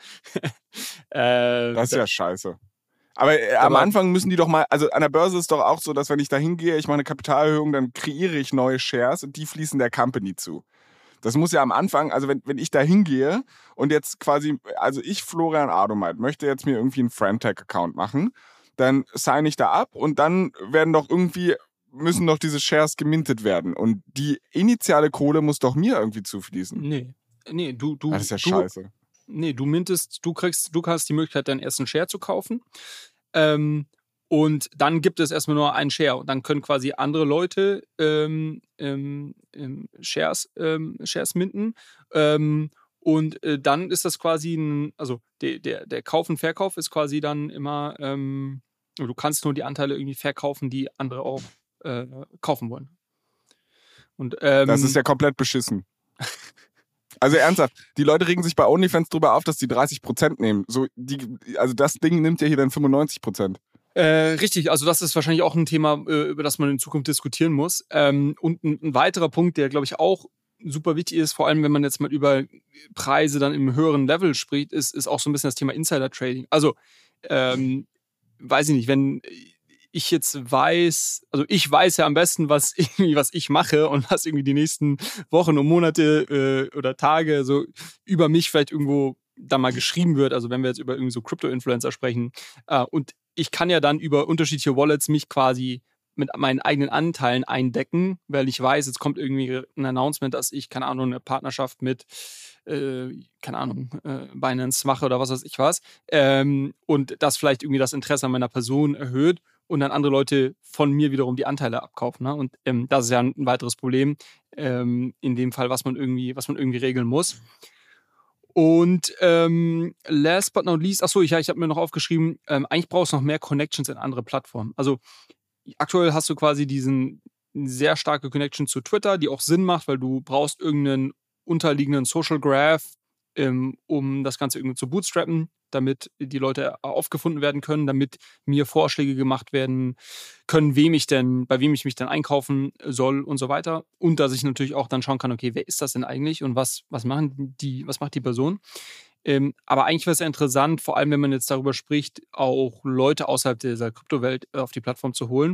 äh, das ist ja scheiße. Aber äh, am Anfang müssen die doch mal, also an der Börse ist doch auch so, dass wenn ich da hingehe, ich mache eine Kapitalerhöhung, dann kreiere ich neue Shares und die fließen der Company zu. Das muss ja am Anfang, also wenn, wenn ich da hingehe und jetzt quasi, also ich, Florian Adomeit, möchte jetzt mir irgendwie einen Friendtag-Account machen, dann sign ich da ab und dann werden doch irgendwie, müssen doch diese Shares gemintet werden und die initiale Kohle muss doch mir irgendwie zufließen. Nee. Nee, du, du, das ist ja du, scheiße. Nee, du mintest, du kriegst, du hast die Möglichkeit, deinen ersten Share zu kaufen. Ähm, und dann gibt es erstmal nur einen Share. Und dann können quasi andere Leute ähm, ähm, Shares, ähm, Shares minten. Ähm, und äh, dann ist das quasi ein, also der, der, der Kauf und Verkauf ist quasi dann immer, ähm, du kannst nur die Anteile irgendwie verkaufen, die andere auch äh, kaufen wollen. Und, ähm, das ist ja komplett beschissen. Also ernsthaft, die Leute regen sich bei OnlyFans drüber auf, dass die dreißig Prozent nehmen. So, die, also das Ding nimmt ja hier dann fünfundneunzig Prozent. Äh, richtig, also das ist wahrscheinlich auch ein Thema, äh, über das man in Zukunft diskutieren muss. Ähm, und ein, ein weiterer Punkt, der, glaube ich, auch super wichtig ist, vor allem wenn man jetzt mal über Preise dann im höheren Level spricht, ist, ist auch so ein bisschen das Thema Insider-Trading. Also, ähm, weiß ich nicht, wenn ich jetzt weiß, also ich weiß ja am besten, was irgendwie, was ich mache und was irgendwie die nächsten Wochen und Monate äh, oder Tage so über mich vielleicht irgendwo da mal geschrieben wird. Also wenn wir jetzt über irgendwie so Crypto-Influencer sprechen. Äh, und ich kann ja dann über unterschiedliche Wallets mich quasi mit meinen eigenen Anteilen eindecken, weil ich weiß, jetzt kommt irgendwie ein Announcement, dass ich, keine Ahnung, eine Partnerschaft mit, äh, keine Ahnung, äh, Binance mache oder was weiß ich was. Ähm, und das vielleicht irgendwie das Interesse an meiner Person erhöht und dann andere Leute von mir wiederum die Anteile abkaufen. Ne? Und ähm, das ist ja ein weiteres Problem, ähm, in dem Fall, was man irgendwie, was man irgendwie regeln muss. Und ähm, last but not least, achso, ich, ja, ich habe mir noch aufgeschrieben, ähm, eigentlich brauchst du noch mehr Connections in andere Plattformen. Also aktuell hast du quasi diesen sehr starke Connection zu Twitter, die auch Sinn macht, weil du brauchst irgendeinen unterliegenden Social Graph, ähm, um das Ganze irgendwie zu bootstrappen, damit die Leute aufgefunden werden können, damit mir Vorschläge gemacht werden können, wem ich denn, bei wem ich mich dann einkaufen soll und so weiter. Und dass ich natürlich auch dann schauen kann, okay, wer ist das denn eigentlich und was, was machen die, was macht die Person? Ähm, aber eigentlich wäre es ja interessant, vor allem wenn man jetzt darüber spricht, auch Leute außerhalb dieser Kryptowelt auf die Plattform zu holen.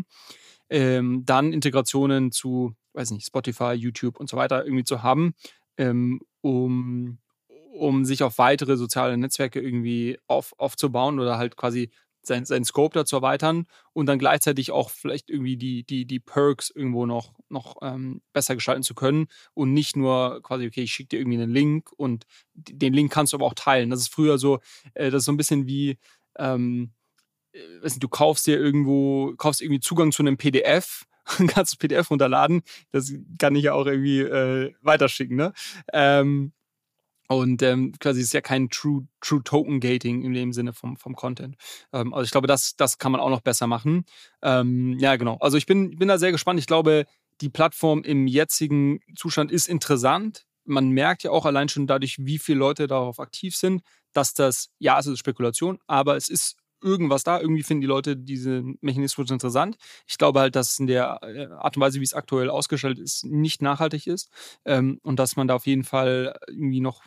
Ähm, dann Integrationen zu, weiß nicht, Spotify, YouTube und so weiter irgendwie zu haben, ähm, um, um sich auf weitere soziale Netzwerke irgendwie auf, aufzubauen oder halt quasi sein, sein Scope da zu erweitern und dann gleichzeitig auch vielleicht irgendwie die, die, die Perks irgendwo noch, noch ähm, besser gestalten zu können und nicht nur quasi, okay, ich schicke dir irgendwie einen Link und den Link kannst du aber auch teilen. Das ist früher so, äh, das ist so ein bisschen wie, ähm, weiß nicht, du kaufst dir irgendwo, kaufst irgendwie Zugang zu einem P D F und kannst das P D F runterladen. Das kann ich ja auch irgendwie äh, weiterschicken, ne? Ähm, und ähm, quasi ist ja kein True, True Token Gating in dem Sinne vom, vom Content. Ähm, also ich glaube, das, das kann man auch noch besser machen. Ähm, ja, genau. Also ich bin, bin da sehr gespannt. Ich glaube, die Plattform im jetzigen Zustand ist interessant. Man merkt ja auch allein schon dadurch, wie viele Leute darauf aktiv sind, dass das, ja, es ist Spekulation, aber es ist irgendwas da. Irgendwie finden die Leute diesen Mechanismus interessant. Ich glaube halt, dass in der Art und Weise, wie es aktuell ausgestellt ist, nicht nachhaltig ist. Ähm, und dass man da auf jeden Fall irgendwie noch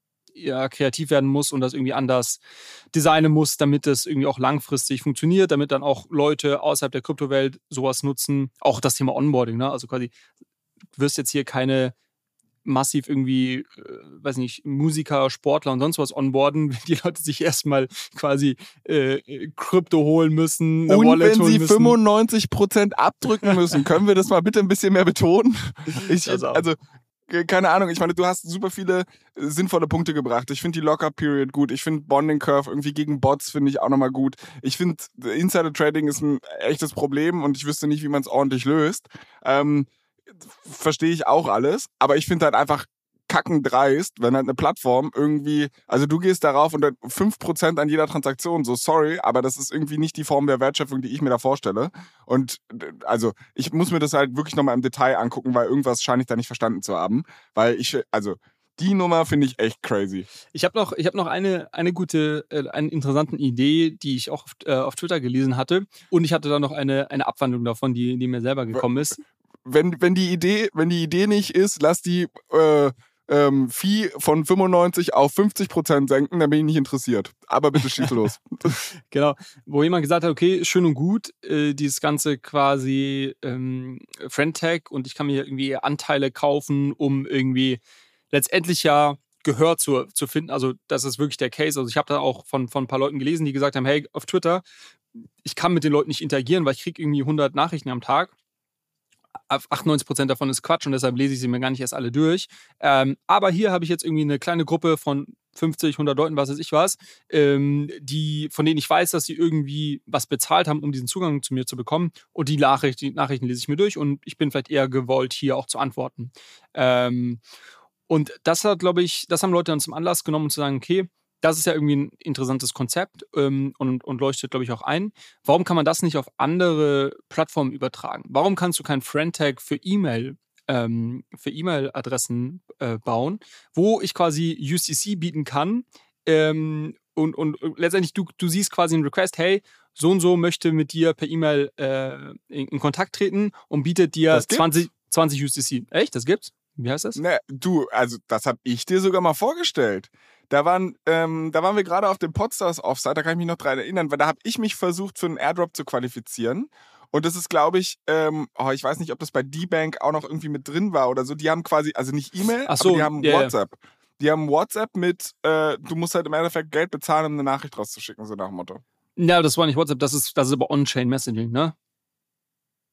ja, kreativ werden muss und das irgendwie anders designen muss, damit es irgendwie auch langfristig funktioniert, damit dann auch Leute außerhalb der Kryptowelt sowas nutzen. Auch das Thema Onboarding, ne? Also quasi, du wirst jetzt hier keine massiv irgendwie, äh, weiß nicht, Musiker, Sportler und sonst was onboarden, wenn die Leute sich erstmal quasi äh, Krypto holen müssen, eine und Wallet wenn holen sie müssen. fünfundneunzig Prozent abdrücken müssen, können wir das mal bitte ein bisschen mehr betonen? Ich, also keine Ahnung, ich meine, du hast super viele sinnvolle Punkte gebracht. Ich finde die Lockup-Period gut. Ich finde Bonding Curve irgendwie gegen Bots finde ich auch nochmal gut. Ich finde, Insider-Trading ist ein echtes Problem und ich wüsste nicht, wie man es ordentlich löst. Ähm, verstehe ich auch alles, aber ich finde halt einfach kackendreist, wenn halt eine Plattform irgendwie, also du gehst darauf und dann fünf Prozent an jeder Transaktion, so sorry, aber das ist irgendwie nicht die Form der Wertschöpfung, die ich mir da vorstelle. Und also ich muss mir das halt wirklich nochmal im Detail angucken, weil irgendwas scheine ich da nicht verstanden zu haben, weil ich, also die Nummer finde ich echt crazy. Ich habe noch, ich hab noch eine, eine gute, äh, eine interessante Idee, die ich auch auf, äh, auf Twitter gelesen hatte und ich hatte da noch eine, eine Abwandlung davon, die, die mir selber gekommen ist. Wenn, wenn die Idee, wenn die Idee nicht ist, lass die äh, ähm, Fee von fünfundneunzig auf fünfzig Prozent senken, dann bin ich nicht interessiert. Aber bitte schieß los. Genau, wo jemand gesagt hat, okay, schön und gut, äh, dieses ganze quasi ähm, Friend-Tag und ich kann mir irgendwie Anteile kaufen, um irgendwie letztendlich ja Gehör zu, zu finden. Also das ist wirklich der Case. Also ich habe da auch von, von ein paar Leuten gelesen, die gesagt haben, hey, auf Twitter, ich kann mit den Leuten nicht interagieren, weil ich kriege irgendwie hundert Nachrichten am Tag. achtundneunzig Prozent davon ist Quatsch und deshalb lese ich sie mir gar nicht erst alle durch. Ähm, aber hier habe ich jetzt irgendwie eine kleine Gruppe von fünfzig, hundert Leuten, was weiß ich was, ähm, die, von denen ich weiß, dass sie irgendwie was bezahlt haben, um diesen Zugang zu mir zu bekommen. Und die, Nachricht, die Nachrichten lese ich mir durch und ich bin vielleicht eher gewollt, hier auch zu antworten. Ähm, und das hat, glaube ich, das haben Leute dann zum Anlass genommen, um zu sagen, okay, das ist ja irgendwie ein interessantes Konzept ähm, und, und leuchtet, glaube ich, auch ein. Warum kann man das nicht auf andere Plattformen übertragen? Warum kannst du kein Friend-Tag für E-Mail, ähm, für E-Mail-Adressen äh, bauen, wo ich quasi U C C bieten kann ähm, und, und letztendlich du, du siehst quasi einen Request, hey, so und so möchte mit dir per E-Mail äh, in, in Kontakt treten und bietet dir zwanzig, zwanzig U C C. Echt? Das gibt's? Wie heißt das? Ne, du, also das habe ich dir sogar mal vorgestellt. Da waren, ähm, da waren wir gerade auf dem Podstars Offsite, da kann ich mich noch dran erinnern, weil da habe ich mich versucht, für einen Airdrop zu qualifizieren. Und das ist, glaube ich, ähm, oh, ich weiß nicht, ob das bei D-Bank auch noch irgendwie mit drin war oder so. Die haben quasi, also nicht E-Mail, so, aber die haben yeah, WhatsApp. Die haben WhatsApp mit, äh, du musst halt im Endeffekt Geld bezahlen, um eine Nachricht rauszuschicken, so nach dem Motto. Ja, das war nicht WhatsApp, das ist, das ist aber On-Chain Messaging, ne?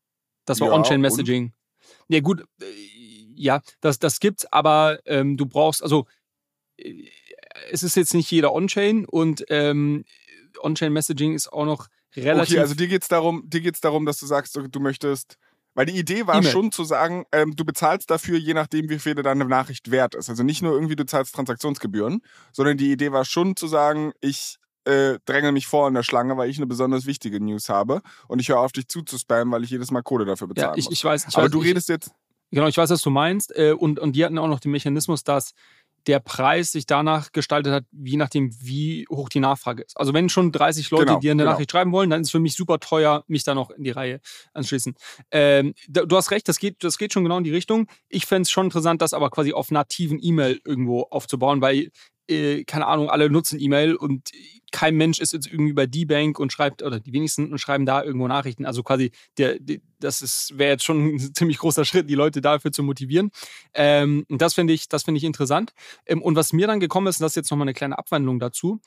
Das war Ja, On-Chain-Messaging. Ja gut, äh, ja, das, das gibt's, aber ähm, du brauchst, also äh, es ist jetzt nicht jeder On-Chain und ähm, On-Chain-Messaging ist auch noch relativ... Okay, also dir geht's darum, dir geht's darum, dass du sagst, du, du möchtest... Weil die Idee war E-Mail. schon zu sagen, ähm, du bezahlst dafür, je nachdem, wie viel deine Nachricht wert ist. Also nicht nur irgendwie, du zahlst Transaktionsgebühren, sondern die Idee war schon zu sagen, ich äh, dränge mich vor in der Schlange, weil ich eine besonders wichtige News habe und ich höre auf, dich zuzuspammen, weil ich jedes Mal Kohle dafür bezahlen ja, ich, muss. ich weiß, ich Aber weiß, du ich, redest jetzt... Genau, ich weiß, was du meinst. Äh, und, und die hatten auch noch den Mechanismus, dass der Preis sich danach gestaltet hat, je nachdem, wie hoch die Nachfrage ist. Also wenn schon dreißig Leute Genau, dir eine genau. Nachricht schreiben wollen, dann ist es für mich super teuer, mich da noch in die Reihe anschließen. Ähm, du hast recht, das geht, das geht schon genau in die Richtung. Ich fände es schon interessant, das aber quasi auf nativen E-Mail irgendwo aufzubauen, weil, äh, keine Ahnung, alle nutzen E-Mail und kein Mensch ist jetzt irgendwie bei D-Bank und schreibt, oder die wenigsten und schreiben da irgendwo Nachrichten. Also quasi, der, der, das wäre jetzt schon ein ziemlich großer Schritt, die Leute dafür zu motivieren. Ähm, und das finde ich, das finde ich interessant. Ähm, und was mir dann gekommen ist, und das ist jetzt nochmal eine kleine Abwandlung dazu,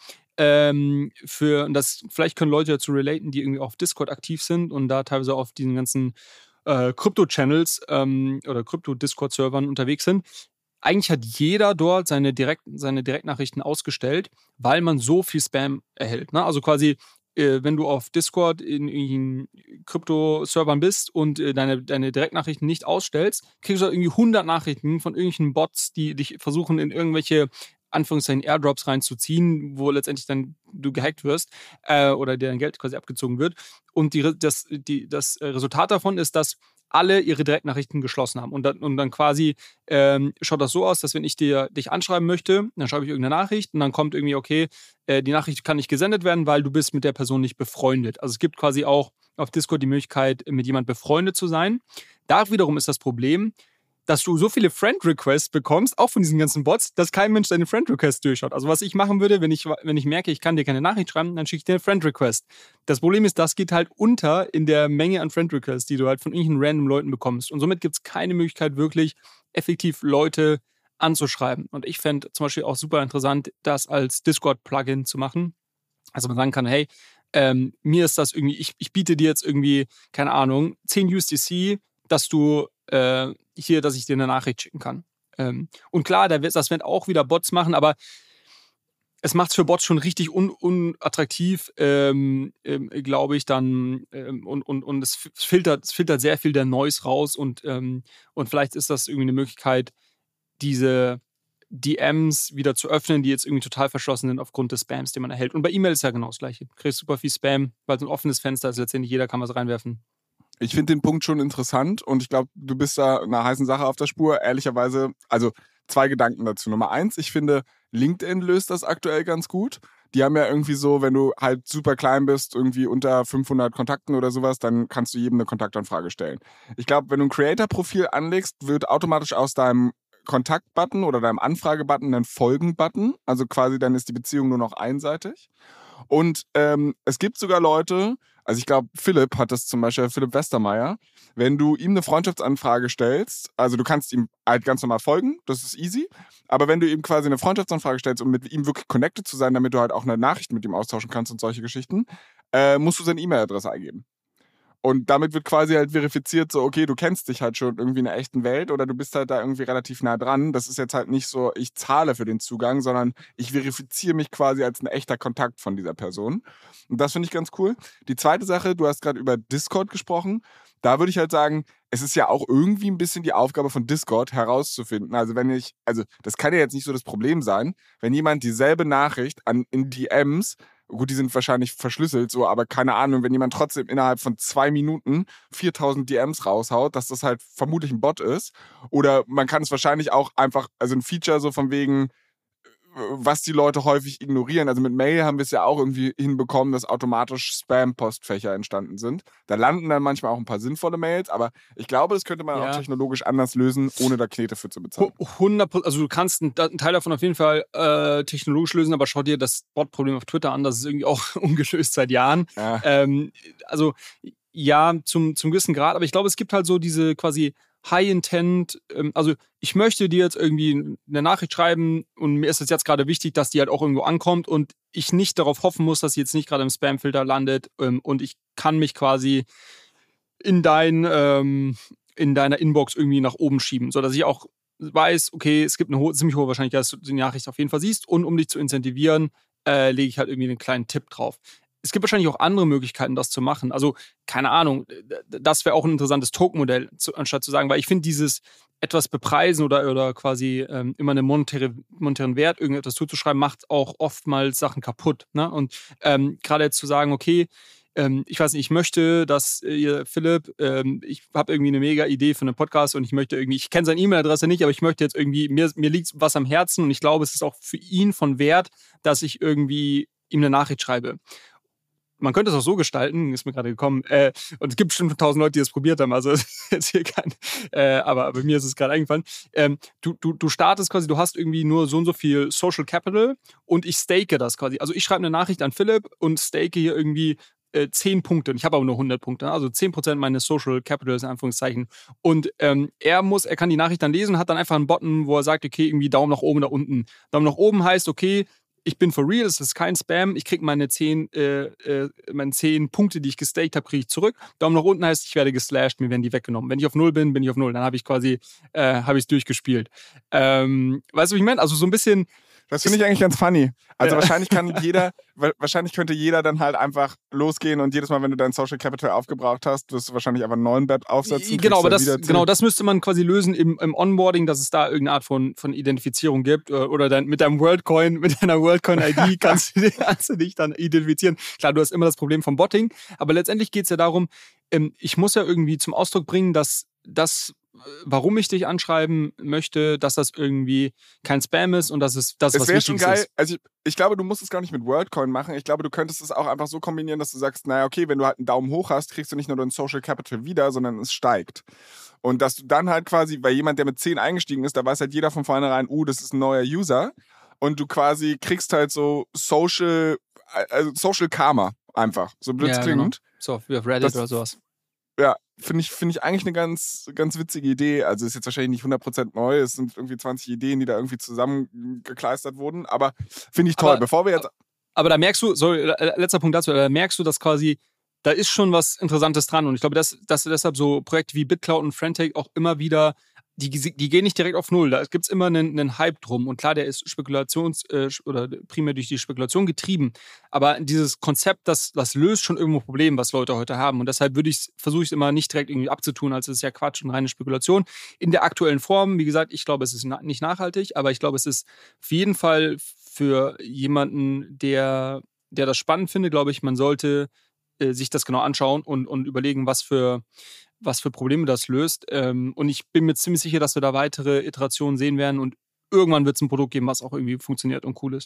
ähm, für, und das, vielleicht können Leute dazu relaten, die irgendwie auf Discord aktiv sind und da teilweise auf diesen ganzen äh, Krypto-Channels ähm, oder Krypto-Discord-Servern unterwegs sind. Eigentlich hat jeder dort seine, Direkt, seine Direktnachrichten ausgestellt, weil man so viel Spam erhält. Ne? Also quasi, äh, wenn du auf Discord in irgendwelchen Krypto-Servern bist und äh, deine, deine Direktnachrichten nicht ausstellst, kriegst du irgendwie hundert Nachrichten von irgendwelchen Bots, die dich versuchen, in irgendwelche Anführungszeichen Airdrops reinzuziehen, wo letztendlich dann du gehackt wirst äh, oder dir dein Geld quasi abgezogen wird. Und die, das, die, das Resultat davon ist, dass alle ihre Direktnachrichten geschlossen haben. Und dann, und dann quasi ähm, schaut das so aus, dass wenn ich dir, dich anschreiben möchte, dann schreibe ich irgendeine Nachricht und dann kommt irgendwie, okay, äh, die Nachricht kann nicht gesendet werden, weil du bist mit der Person nicht befreundet. Also es gibt quasi auch auf Discord die Möglichkeit, mit jemand befreundet zu sein. Da wiederum ist das Problem, dass du so viele Friend-Requests bekommst, auch von diesen ganzen Bots, dass kein Mensch deine Friend-Requests durchschaut. Also was ich machen würde, wenn ich, wenn ich merke, ich kann dir keine Nachricht schreiben, dann schicke ich dir eine Friend-Request. Das Problem ist, das geht halt unter in der Menge an Friend-Requests, die du halt von irgendwelchen random Leuten bekommst. Und somit gibt es keine Möglichkeit, wirklich effektiv Leute anzuschreiben. Und ich fände zum Beispiel auch super interessant, das als Discord-Plugin zu machen. Also man sagen kann, hey, ähm, mir ist das irgendwie, ich, ich biete dir jetzt irgendwie, keine Ahnung, zehn U S D C, dass du äh, hier, dass ich dir eine Nachricht schicken kann. Ähm, und klar, da wird, das werden auch wieder Bots machen, aber es macht es für Bots schon richtig un, unattraktiv, ähm, ähm, glaube ich, dann ähm, und, und, und es filtert, es filtert sehr viel der Noise raus und, ähm, und vielleicht ist das irgendwie eine Möglichkeit, diese D Ms wieder zu öffnen, die jetzt irgendwie total verschlossen sind aufgrund des Spams, den man erhält. Und bei E-Mail ist ja genau das Gleiche. Du kriegst super viel Spam, weil es ein offenes Fenster ist, letztendlich jeder kann was reinwerfen. Ich finde den Punkt schon interessant und ich glaube, du bist da einer heißen Sache auf der Spur. Ehrlicherweise, also zwei Gedanken dazu. Nummer eins, ich finde, LinkedIn löst das aktuell ganz gut. Die haben ja irgendwie so, wenn du halt super klein bist, irgendwie unter fünfhundert Kontakten oder sowas, dann kannst du jedem eine Kontaktanfrage stellen. Ich glaube, wenn du ein Creator-Profil anlegst, wird automatisch aus deinem Kontakt-Button oder deinem Anfrage-Button ein Folgen-Button. Also quasi dann ist die Beziehung nur noch einseitig. Und ähm, es gibt sogar Leute, also ich glaube, Philipp hat das zum Beispiel, Philipp Westermeier, wenn du ihm eine Freundschaftsanfrage stellst, also du kannst ihm halt ganz normal folgen, das ist easy, aber wenn du ihm quasi eine Freundschaftsanfrage stellst, um mit ihm wirklich connected zu sein, damit du halt auch eine Nachricht mit ihm austauschen kannst und solche Geschichten, äh, musst du seine E-Mail-Adresse eingeben. Und damit wird quasi halt verifiziert, so, okay, du kennst dich halt schon irgendwie in der echten Welt oder du bist halt da irgendwie relativ nah dran. Das ist jetzt halt nicht so, ich zahle für den Zugang, sondern ich verifiziere mich quasi als ein echter Kontakt von dieser Person. Und das finde ich ganz cool. Die zweite Sache, du hast gerade über Discord gesprochen. Da würde ich halt sagen, es ist ja auch irgendwie ein bisschen die Aufgabe von Discord herauszufinden. Also wenn ich, also das kann ja jetzt nicht so das Problem sein, wenn jemand dieselbe Nachricht an, in D Ms, gut, die sind wahrscheinlich verschlüsselt, so, aber keine Ahnung, wenn jemand trotzdem innerhalb von zwei Minuten viertausend D Ms raushaut, dass das halt vermutlich ein Bot ist. Oder man kann es wahrscheinlich auch einfach, also ein Feature so von wegen, was die Leute häufig ignorieren. Also mit Mail haben wir es ja auch irgendwie hinbekommen, dass automatisch Spam-Postfächer entstanden sind. Da landen dann manchmal auch ein paar sinnvolle Mails, aber ich glaube, das könnte man ja auch technologisch anders lösen, ohne da Knete für zu bezahlen. hundert Prozent, also du kannst einen, einen Teil davon auf jeden Fall äh, technologisch lösen, aber schau dir das Bot-Problem auf Twitter an, das ist irgendwie auch ungelöst seit Jahren. Ja. Ähm, also ja, zum, zum gewissen Grad, aber ich glaube, es gibt halt so diese quasi High-Intent, ähm, also ich möchte dir jetzt irgendwie eine Nachricht schreiben und mir ist es jetzt gerade wichtig, dass die halt auch irgendwo ankommt und ich nicht darauf hoffen muss, dass sie jetzt nicht gerade im Spam-Filter landet ähm, und ich kann mich quasi in dein, ähm, in deiner Inbox irgendwie nach oben schieben, sodass ich auch weiß, okay, es gibt eine ho- ziemlich hohe Wahrscheinlichkeit, dass du die Nachricht auf jeden Fall siehst und um dich zu incentivieren, äh, lege ich halt irgendwie einen kleinen Tipp drauf. Es gibt wahrscheinlich auch andere Möglichkeiten, das zu machen. Also, keine Ahnung, das wäre auch ein interessantes Token-Modell, zu, anstatt zu sagen, weil ich finde dieses etwas bepreisen oder, oder quasi ähm, immer einen monetäre, monetären Wert irgendetwas zuzuschreiben, macht auch oftmals Sachen kaputt. Ne? Und ähm, gerade jetzt zu sagen, okay, ähm, ich weiß nicht, ich möchte, dass ihr, Philipp, ähm, ich habe irgendwie eine mega Idee für einen Podcast und ich möchte irgendwie, ich kenne seine E-Mail-Adresse nicht, aber ich möchte jetzt irgendwie, mir, mir liegt was am Herzen und ich glaube, es ist auch für ihn von Wert, dass ich irgendwie ihm eine Nachricht schreibe. Man könnte es auch so gestalten, ist mir gerade gekommen, äh, und es gibt bestimmt tausend Leute, die das probiert haben, also jetzt hier kein, äh, aber bei mir ist es gerade eingefallen. Ähm, du, du, du startest quasi, du hast irgendwie nur so und so viel Social Capital und ich stake das quasi. Also ich schreibe eine Nachricht an Philipp und stake hier irgendwie äh, zehn Punkte. Und ich habe aber nur hundert Punkte, also zehn Prozent meines Social Capitals in Anführungszeichen. Und ähm, er muss, er kann die Nachricht dann lesen, hat dann einfach einen Button, wo er sagt, okay, irgendwie Daumen nach oben oder unten. Daumen nach oben heißt, okay, ich bin for real, es ist kein Spam, ich kriege meine zehn, äh, äh, meine zehn Punkte, die ich gestaked habe, kriege ich zurück. Daumen nach unten heißt, ich werde geslashed, mir werden die weggenommen. Wenn ich auf null bin, bin ich auf null. Dann habe ich quasi, äh, habe ich es durchgespielt. Ähm, weißt du, was ich meine? Also so ein bisschen... Das finde ich eigentlich ganz funny. Also Ja. wahrscheinlich kann jeder, wahrscheinlich könnte jeder dann halt einfach losgehen und jedes Mal, wenn du dein Social Capital aufgebraucht hast, wirst du wahrscheinlich einfach einen neuen Bet aufsetzen. Genau, aber das, wieder genau, das müsste man quasi lösen im, im Onboarding, dass es da irgendeine Art von, von Identifizierung gibt. Oder dein, mit deinem WorldCoin, mit deiner WorldCoin-I D kannst, du- kannst du dich dann identifizieren. Klar, du hast immer das Problem vom Botting, aber letztendlich geht es ja darum, ähm, ich muss ja irgendwie zum Ausdruck bringen, dass das, warum ich dich anschreiben möchte, dass das irgendwie kein Spam ist und dass es das, Es was wäre schon Wichtiges geil, ist. also ich, ich glaube, du musst es gar nicht mit WorldCoin machen. Ich glaube, du könntest es auch einfach so kombinieren, dass du sagst, naja, okay, wenn du halt einen Daumen hoch hast, kriegst du nicht nur dein Social Capital wieder, sondern es steigt. Und dass du dann halt quasi, weil jemand, der mit zehn eingestiegen ist, da weiß halt jeder von vornherein, uh, das ist ein neuer User. Und du quasi kriegst halt so Social, also Social Karma einfach, so blöd es Ja, klingt. genau. So, wie auf Reddit Das- oder sowas. Ja, finde ich, find ich eigentlich eine ganz, ganz witzige Idee. Also ist jetzt wahrscheinlich nicht hundert Prozent neu. Es sind irgendwie zwanzig Ideen, die da irgendwie zusammengekleistert wurden. Aber finde ich toll. Aber- Bevor wir jetzt... Aber da merkst du, so, äh, letzter Punkt dazu, da merkst du, dass quasi, da ist schon was Interessantes dran. Und ich glaube, dass, dass deshalb so Projekte wie BitCloud und Friendtake auch immer wieder, die, die gehen nicht direkt auf Null. Da gibt es immer einen, einen Hype drum. Und klar, der ist Spekulations- äh, oder primär durch die Spekulation getrieben. Aber dieses Konzept, das, das löst schon irgendwo Probleme, was Leute heute haben. Und deshalb würde ich versuche ich es immer nicht direkt irgendwie abzutun, als es ist ja Quatsch und reine Spekulation. In der aktuellen Form, wie gesagt, ich glaube, es ist na- nicht nachhaltig, aber ich glaube, es ist auf jeden Fall für jemanden, der, der das spannend findet, glaube ich, man sollte äh, sich das genau anschauen und, und überlegen, was für, was für Probleme das löst. Ähm, und ich bin mir ziemlich sicher, dass wir da weitere Iterationen sehen werden und irgendwann wird es ein Produkt geben, was auch irgendwie funktioniert und cool ist.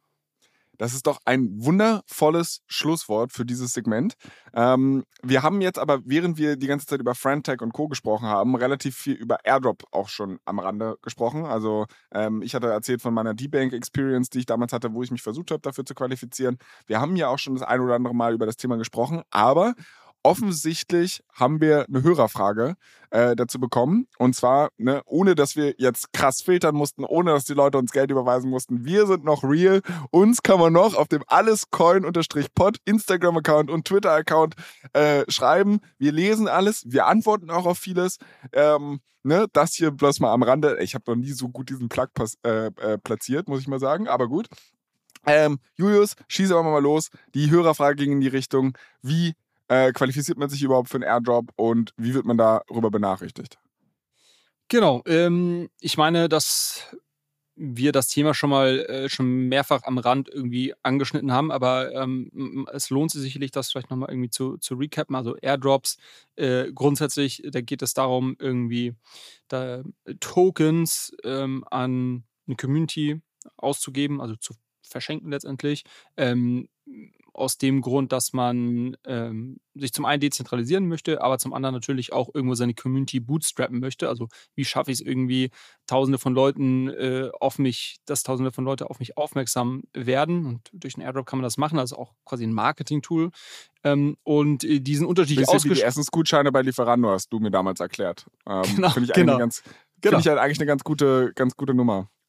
Das ist doch ein wundervolles Schlusswort für dieses Segment. Ähm, wir haben jetzt aber, während wir die ganze Zeit über Friendtech und Co. gesprochen haben, relativ viel über Airdrop auch schon am Rande gesprochen. Also ähm, ich hatte erzählt von meiner D-Bank-Experience, die ich damals hatte, wo ich mich versucht habe, dafür zu qualifizieren. Wir haben ja auch schon das ein oder andere Mal über das Thema gesprochen, aber offensichtlich haben wir eine Hörerfrage äh, dazu bekommen. Und zwar, ne, ohne dass wir jetzt krass filtern mussten, ohne dass die Leute uns Geld überweisen mussten. Wir sind noch real. Uns kann man noch auf dem allescoin-pod Instagram-Account und Twitter-Account äh, schreiben. Wir lesen alles. Wir antworten auch auf vieles. Ähm, ne, das hier bloß mal am Rande. Ich habe noch nie so gut diesen Plug äh, äh, platziert, muss ich mal sagen. Aber gut. Ähm, Julius, schieße aber mal los. Die Hörerfrage ging in die Richtung, wie Äh, qualifiziert man sich überhaupt für einen Airdrop und wie wird man darüber benachrichtigt? Genau. Ähm, ich meine, dass wir das Thema schon mal äh, schon mehrfach am Rand irgendwie angeschnitten haben, aber ähm, es lohnt sich sicherlich, das vielleicht nochmal irgendwie zu, zu recappen. Also Airdrops, äh, grundsätzlich, da geht es darum, irgendwie da Tokens ähm, an eine Community auszugeben, also zu verschenken letztendlich. Ähm, aus dem Grund, dass man ähm, sich zum einen dezentralisieren möchte, aber zum anderen natürlich auch irgendwo seine Community bootstrappen möchte. Also wie schaffe ich es irgendwie, tausende von Leuten äh, auf mich, dass tausende von Leute auf mich aufmerksam werden. Und durch einen Airdrop kann man das machen, also auch quasi ein Marketing-Tool. Ähm, und äh, diesen unterschiedlich Bisschen wie die ausgeschrieben. Essensgutscheine bei Lieferando, hast du mir damals erklärt. Ähm, Genau, Finde ich, genau. eigentlich, ganz, Genau. find ich halt eigentlich eine ganz gute, ganz gute Nummer.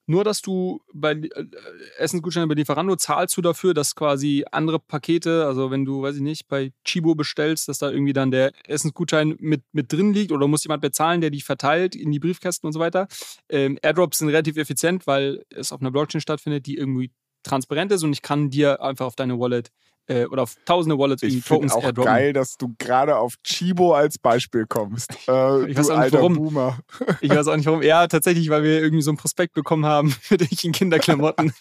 Nur, dass du bei äh, Essensgutscheine bei Lieferando zahlst du dafür, dass quasi andere Pakete, also wenn du, weiß ich nicht, bei Chibo bestellst, dass da irgendwie dann der Essensgutschein mit, mit drin liegt oder muss jemand bezahlen, der die verteilt in die Briefkästen und so weiter. Ähm, Airdrops sind relativ effizient, weil es auf einer Blockchain stattfindet, die irgendwie transparent ist und ich kann dir einfach auf deine Wallet äh, oder auf tausende Wallets ich irgendwie Tokens auch airdroppen. Geil, dass du gerade auf Chibo als Beispiel kommst. Äh, ich weiß du auch nicht, alter warum. Boomer. Ich weiß auch nicht, warum. Ja, tatsächlich, weil wir irgendwie so ein Prospekt bekommen haben für dich in Kinderklamotten.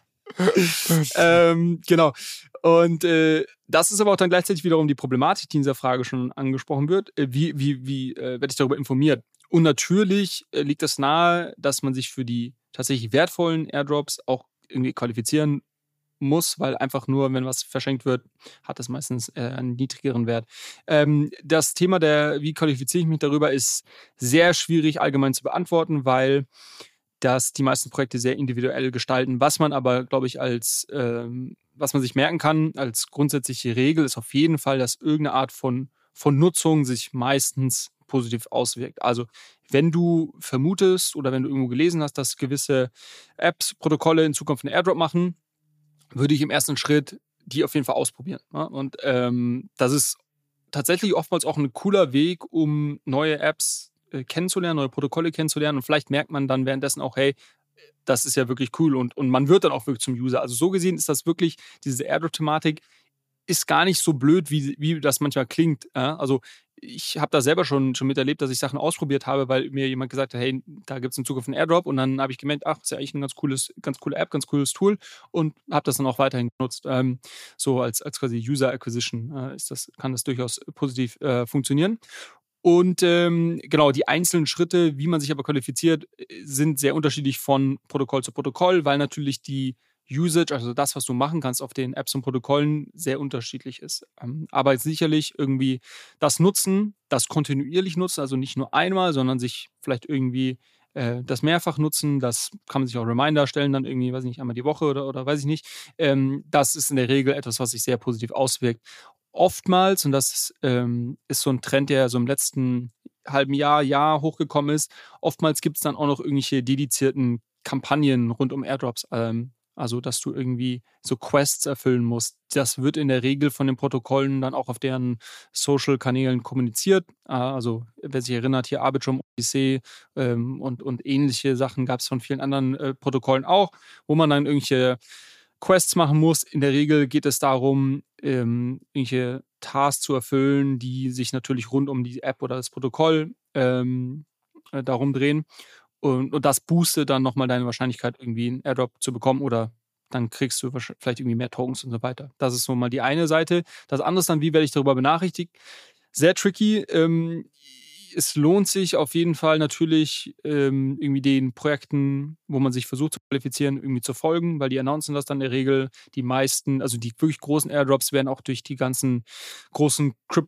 ähm, genau. Und äh, das ist aber auch dann gleichzeitig wiederum die Problematik, die in dieser Frage schon angesprochen wird. Äh, wie wie, wie äh, werde ich darüber informiert? Und natürlich äh, liegt es nahe, dass man sich für die tatsächlich wertvollen Airdrops auch irgendwie qualifizieren muss, weil einfach nur, wenn was verschenkt wird, hat es meistens äh, einen niedrigeren Wert. Ähm, das Thema der, wie qualifiziere ich mich darüber, ist sehr schwierig allgemein zu beantworten, weil das die meisten Projekte sehr individuell gestalten. Was man aber, glaube ich, als, ähm, was man sich merken kann, als grundsätzliche Regel ist auf jeden Fall, dass irgendeine Art von, von Nutzung sich meistens positiv auswirkt. Also wenn du vermutest oder wenn du irgendwo gelesen hast, dass gewisse Apps, Protokolle in Zukunft einen Airdrop machen, würde ich im ersten Schritt die auf jeden Fall ausprobieren. Ne? Und ähm, das ist tatsächlich oftmals auch ein cooler Weg, um neue Apps äh, kennenzulernen, neue Protokolle kennenzulernen. Und vielleicht merkt man dann währenddessen auch, hey, das ist ja wirklich cool. Und, und man wird dann auch wirklich zum User. Also so gesehen ist das wirklich, diese Airdrop-Thematik ist gar nicht so blöd, wie, wie das manchmal klingt. Ja? Also ich habe da selber schon, schon miterlebt, dass ich Sachen ausprobiert habe, weil mir jemand gesagt hat, hey, da gibt es in Zukunft einen Airdrop und dann habe ich gemerkt, ach, ist ja eigentlich ein ganz cooles, ganz coole App, ganz cooles Tool und habe das dann auch weiterhin genutzt. Ähm, so als, als quasi User Acquisition äh, ist das, kann das durchaus positiv äh, funktionieren. Und ähm, genau, die einzelnen Schritte, wie man sich aber qualifiziert, sind sehr unterschiedlich von Protokoll zu Protokoll, weil natürlich die Usage, also das, was du machen kannst auf den Apps und Protokollen, sehr unterschiedlich ist. Ähm, aber sicherlich irgendwie das Nutzen, das kontinuierlich nutzen, also nicht nur einmal, sondern sich vielleicht irgendwie äh, das mehrfach nutzen, das kann man sich auch Reminder stellen, dann irgendwie, weiß ich nicht, einmal die Woche oder, oder weiß ich nicht. Ähm, das ist in der Regel etwas, was sich sehr positiv auswirkt. Oftmals, und das ähm, ist so ein Trend, der so im letzten halben Jahr, Jahr hochgekommen ist, oftmals gibt es dann auch noch irgendwelche dedizierten Kampagnen rund um Airdrops, ähm, also, dass du irgendwie so Quests erfüllen musst. Das wird in der Regel von den Protokollen dann auch auf deren Social-Kanälen kommuniziert. Also, wer sich erinnert, hier Arbitrum, Odyssey ähm, und, und ähnliche Sachen gab es von vielen anderen äh, Protokollen auch, wo man dann irgendwelche Quests machen muss. In der Regel geht es darum, ähm, irgendwelche Tasks zu erfüllen, die sich natürlich rund um die App oder das Protokoll ähm, äh, darum drehen. Und, und das boostet dann nochmal deine Wahrscheinlichkeit, irgendwie einen Airdrop zu bekommen oder dann kriegst du vielleicht irgendwie mehr Tokens und so weiter. Das ist so mal die eine Seite. Das andere ist dann, wie werde ich darüber benachrichtigt? Sehr tricky. Ähm, es lohnt sich auf jeden Fall natürlich ähm, irgendwie den Projekten, wo man sich versucht zu qualifizieren, irgendwie zu folgen, weil die announcen das dann in der Regel. Die meisten, also die wirklich großen Airdrops werden auch durch die ganzen großen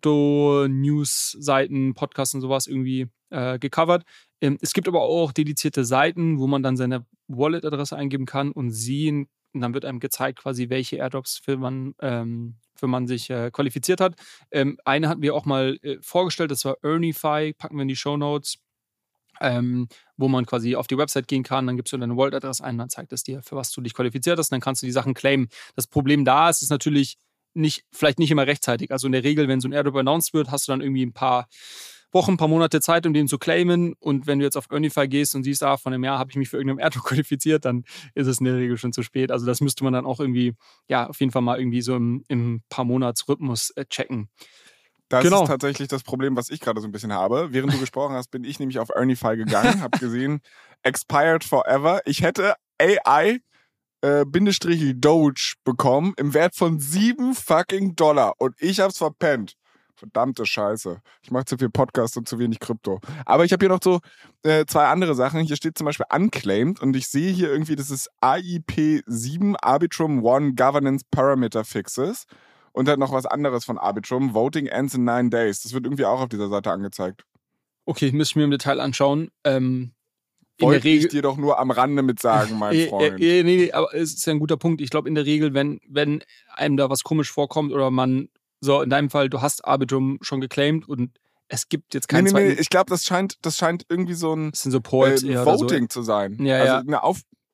Crypto-News-Seiten, Podcasts und sowas irgendwie äh, gecovert. Ähm, es gibt aber auch dedizierte Seiten, wo man dann seine Wallet-Adresse eingeben kann und sehen, und dann wird einem gezeigt, quasi, welche Airdrops für man, ähm, für man sich äh, qualifiziert hat. Ähm, eine hatten wir auch mal äh, vorgestellt, das war Earnify, packen wir in die Shownotes, ähm, wo man quasi auf die Website gehen kann, dann gibst du deine Wallet-Adresse ein, dann zeigt es dir, für was du dich qualifiziert hast, und dann kannst du die Sachen claimen. Das Problem da ist, ist natürlich nicht, vielleicht nicht immer rechtzeitig. Also in der Regel, wenn so ein Airdrop announced wird, hast du dann irgendwie ein paar Wochen, ein paar Monate Zeit, um den zu claimen. Und wenn du jetzt auf Earnify gehst und siehst, ah, von einem Jahr habe ich mich für irgendeinen Airdrop qualifiziert, dann ist es in der Regel schon zu spät. Also das müsste man dann auch irgendwie, ja, auf jeden Fall mal irgendwie so im, im paar Monats-Rhythmus äh, checken. Das genau. ist tatsächlich das Problem, was ich gerade so ein bisschen habe. Während du gesprochen hast, bin ich nämlich auf Earnify gegangen, habe gesehen, expired forever. Ich hätte A I äh, Bindestrich Doge bekommen im Wert von sieben fucking Dollar und ich hab's verpennt. Verdammte Scheiße. Ich mache zu viel Podcast und zu wenig Krypto. Aber ich habe hier noch so äh, zwei andere Sachen. Hier steht zum Beispiel unclaimed und ich sehe hier irgendwie, das ist A I P sieben, Arbitrum One Governance Parameter Fixes. Und dann noch was anderes von Arbitrum, Voting ends in nine days. Das wird irgendwie auch auf dieser Seite angezeigt. Okay, müsste ich mir im Detail anschauen. Ähm, in Wollte der Regel ich dir doch nur am Rande mit sagen, mein äh, Freund. Äh, äh, nee, nee, aber es ist ja ein guter Punkt. Ich glaube, in der Regel, wenn, wenn einem da was komisch vorkommt oder man, so in deinem Fall, du hast Arbitrum schon geclaimed und es gibt jetzt keinen nee, nee, zweiten... nee, ich glaube, das scheint, das scheint irgendwie so ein Support äh, eher Voting oder so. zu sein. Ja, also ja. eine Auf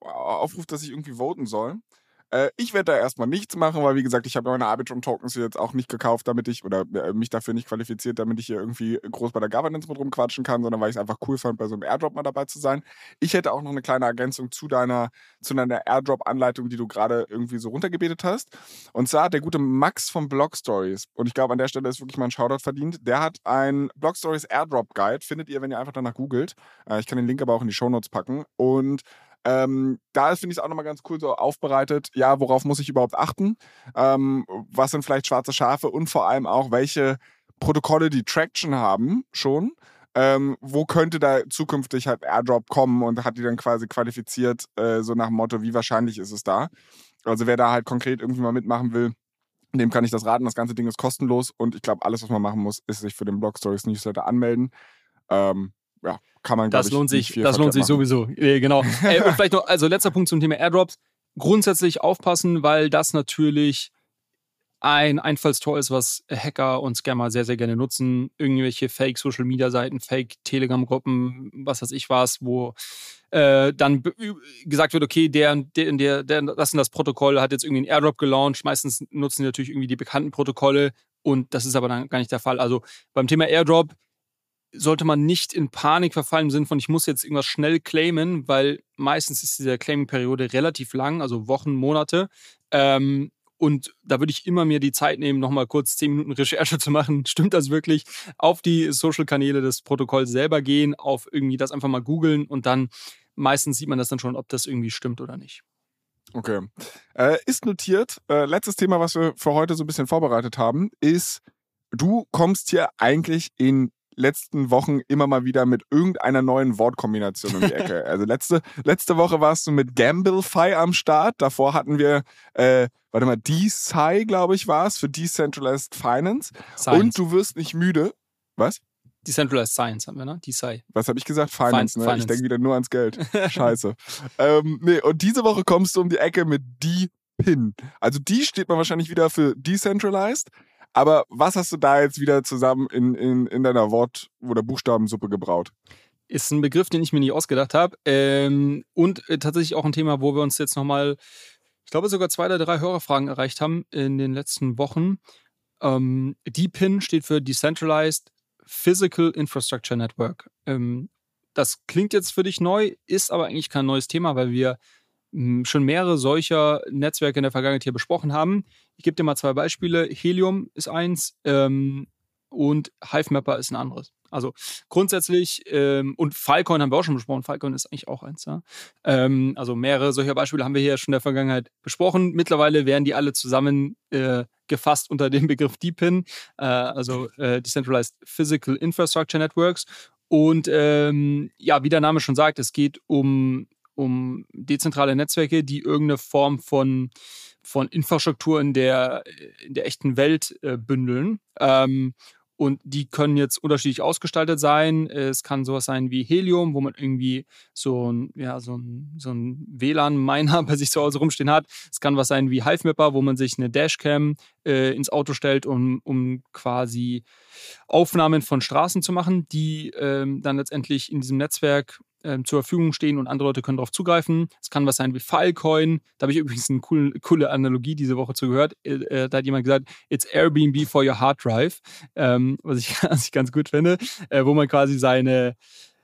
aufruft, dass ich irgendwie voten soll. Äh, ich werde da erstmal nichts machen, weil wie gesagt, ich habe meine Arbitrum-Tokens jetzt auch nicht gekauft, damit ich, oder äh, mich dafür nicht qualifiziert, damit ich hier irgendwie groß bei der Governance mit rumquatschen kann, sondern weil ich es einfach cool fand, bei so einem Airdrop mal dabei zu sein. Ich hätte auch noch eine kleine Ergänzung zu deiner, zu deiner Airdrop-Anleitung, die du gerade irgendwie so runtergebetet hast. Und zwar der gute Max von Blog Stories. Und ich glaube, an der Stelle ist wirklich mal ein Shoutout verdient. Der hat ein Blog Stories Airdrop Guide, findet ihr, wenn ihr einfach danach googelt. Äh, ich kann den Link aber auch in die Shownotes packen. Und Ähm, da finde ich es auch nochmal ganz cool so aufbereitet, ja, worauf muss ich überhaupt achten, ähm, was sind vielleicht schwarze Schafe und vor allem auch, welche Protokolle die Traction haben schon, ähm, wo könnte da zukünftig halt Airdrop kommen und hat die dann quasi qualifiziert, äh, so nach dem Motto, wie wahrscheinlich ist es da. Also wer da halt konkret irgendwie mal mitmachen will, dem kann ich das raten, das ganze Ding ist kostenlos und ich glaube, alles, was man machen muss, ist sich für den Blog Stories Newsletter anmelden. Ähm, ja, kann man, glaube Das ich, lohnt sich, nicht viel das lohnt sich machen. sowieso. Äh, genau. äh, und vielleicht noch, also letzter Punkt zum Thema Airdrops. Grundsätzlich aufpassen, weil das natürlich ein Einfallstor ist, was Hacker und Scammer sehr, sehr gerne nutzen. Irgendwelche Fake-Social-Media-Seiten, Fake-Telegram-Gruppen, was weiß ich was, wo äh, dann be- gesagt wird, okay, der, der, der, der, das und das Protokoll hat jetzt irgendwie einen Airdrop gelauncht. Meistens nutzen die natürlich irgendwie die bekannten Protokolle und das ist aber dann gar nicht der Fall. Also beim Thema Airdrop sollte man nicht in Panik verfallen im Sinne von, ich muss jetzt irgendwas schnell claimen, weil meistens ist diese Claiming-Periode relativ lang, also Wochen, Monate. Ähm, und da würde ich immer mir die Zeit nehmen, nochmal kurz zehn Minuten Recherche zu machen. Stimmt das wirklich? Auf die Social-Kanäle des Protokolls selber gehen, auf irgendwie das einfach mal googeln und dann meistens sieht man das dann schon, ob das irgendwie stimmt oder nicht. Okay. Äh, ist notiert. Äh, letztes Thema, was wir für heute so ein bisschen vorbereitet haben, ist, du kommst hier eigentlich in letzten Wochen immer mal wieder mit irgendeiner neuen Wortkombination um die Ecke. Also letzte, letzte Woche warst du mit Gamblify am Start. Davor hatten wir, äh, warte mal, D C I, glaube ich, war es, für Decentralized Finance. Science. Und du wirst nicht müde. Was? Decentralized Science haben wir, ne? D C I. Was habe ich gesagt? Finance, Fin- ne? Finance. Ich denke wieder nur ans Geld. Scheiße. ähm, nee, und diese Woche kommst du um die Ecke mit D-Pin. Also die steht man wahrscheinlich wieder für Decentralized. Aber was hast du da jetzt wieder zusammen in, in, in deiner Wort- oder Buchstabensuppe gebraut? Ist ein Begriff, den ich mir nicht ausgedacht habe. Ähm, und äh, tatsächlich auch ein Thema, wo wir uns jetzt nochmal, ich glaube, sogar zwei oder drei Hörerfragen erreicht haben in den letzten Wochen. Ähm, D P I N steht für Decentralized Physical Infrastructure Network. Ähm, das klingt jetzt für dich neu, ist aber eigentlich kein neues Thema, weil wir mh, schon mehrere solcher Netzwerke in der Vergangenheit hier besprochen haben. Ich gebe dir mal zwei Beispiele. Helium ist eins ähm, und Hivemapper ist ein anderes. Also grundsätzlich, ähm, und Filecoin haben wir auch schon besprochen, Filecoin ist eigentlich auch eins. Ja? Ähm, also mehrere solcher Beispiele haben wir hier schon in der Vergangenheit besprochen. Mittlerweile werden die alle zusammen äh, gefasst unter dem Begriff D P I N, äh, also äh, Decentralized Physical Infrastructure Networks. Und ähm, ja, wie der Name schon sagt, es geht um, um dezentrale Netzwerke, die irgendeine Form von, von Infrastruktur in der, in der echten Welt äh, bündeln. Ähm, Und die können jetzt unterschiedlich ausgestaltet sein. Es kann sowas sein wie Helium, wo man irgendwie so ein, ja, so ein, so ein W L A N-Miner bei sich zu Hause rumstehen hat. Es kann was sein wie Hivemapper, wo man sich eine Dashcam äh, ins Auto stellt, um, um quasi Aufnahmen von Straßen zu machen, die ähm, dann letztendlich in diesem Netzwerk ähm, zur Verfügung stehen und andere Leute können darauf zugreifen. Es kann was sein wie Filecoin. Da habe ich übrigens eine coole, coole Analogie diese Woche zugehört. Äh, da hat jemand gesagt, it's Airbnb for your hard drive, ähm, was, ich, was ich ganz gut finde, äh, wo man quasi seine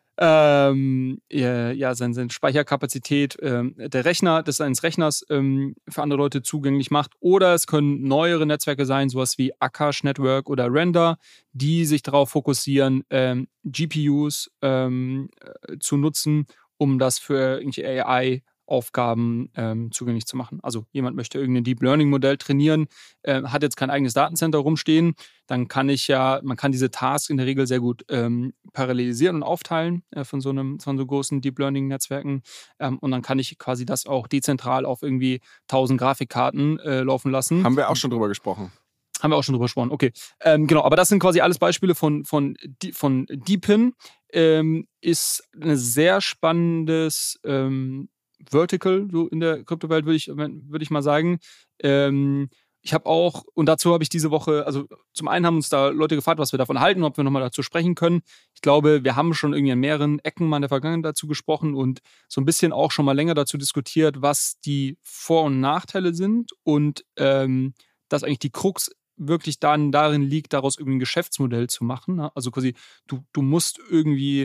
ähm, ja, ja, seine, seine Speicherkapazität ähm, der Rechner, des eines Rechners ähm, für andere Leute zugänglich macht. Oder es können neuere Netzwerke sein, sowas wie Akash Network oder Render, die sich darauf fokussieren, ähm, G P Us ähm, äh, zu nutzen, um das für irgendwelche A I Aufgaben ähm, zugänglich zu machen. Also jemand möchte irgendein Deep Learning Modell trainieren, äh, hat jetzt kein eigenes Datencenter rumstehen, dann kann ich ja, man kann diese Tasks in der Regel sehr gut ähm, parallelisieren und aufteilen äh, von so einem, von so großen Deep Learning Netzwerken ähm, und dann kann ich quasi das auch dezentral auf irgendwie tausend Grafikkarten äh, laufen lassen. Haben wir auch schon drüber gesprochen. Haben wir auch schon drüber gesprochen, okay. Ähm, genau, aber das sind quasi alles Beispiele von, von, von D P I N. Ähm, ist ein sehr spannendes ähm, Vertical, so in der Kryptowelt, würde ich, würd ich mal sagen. Ähm, Ich habe auch, und dazu habe ich diese Woche, also zum einen haben uns da Leute gefragt, was wir davon halten, ob wir nochmal dazu sprechen können. Ich glaube, wir haben schon irgendwie an mehreren Ecken mal in der Vergangenheit dazu gesprochen und so ein bisschen auch schon mal länger dazu diskutiert, was die Vor- und Nachteile sind und ähm, dass eigentlich die Krux wirklich dann darin liegt, daraus irgendwie ein Geschäftsmodell zu machen. Ne? Also quasi, du, du musst irgendwie,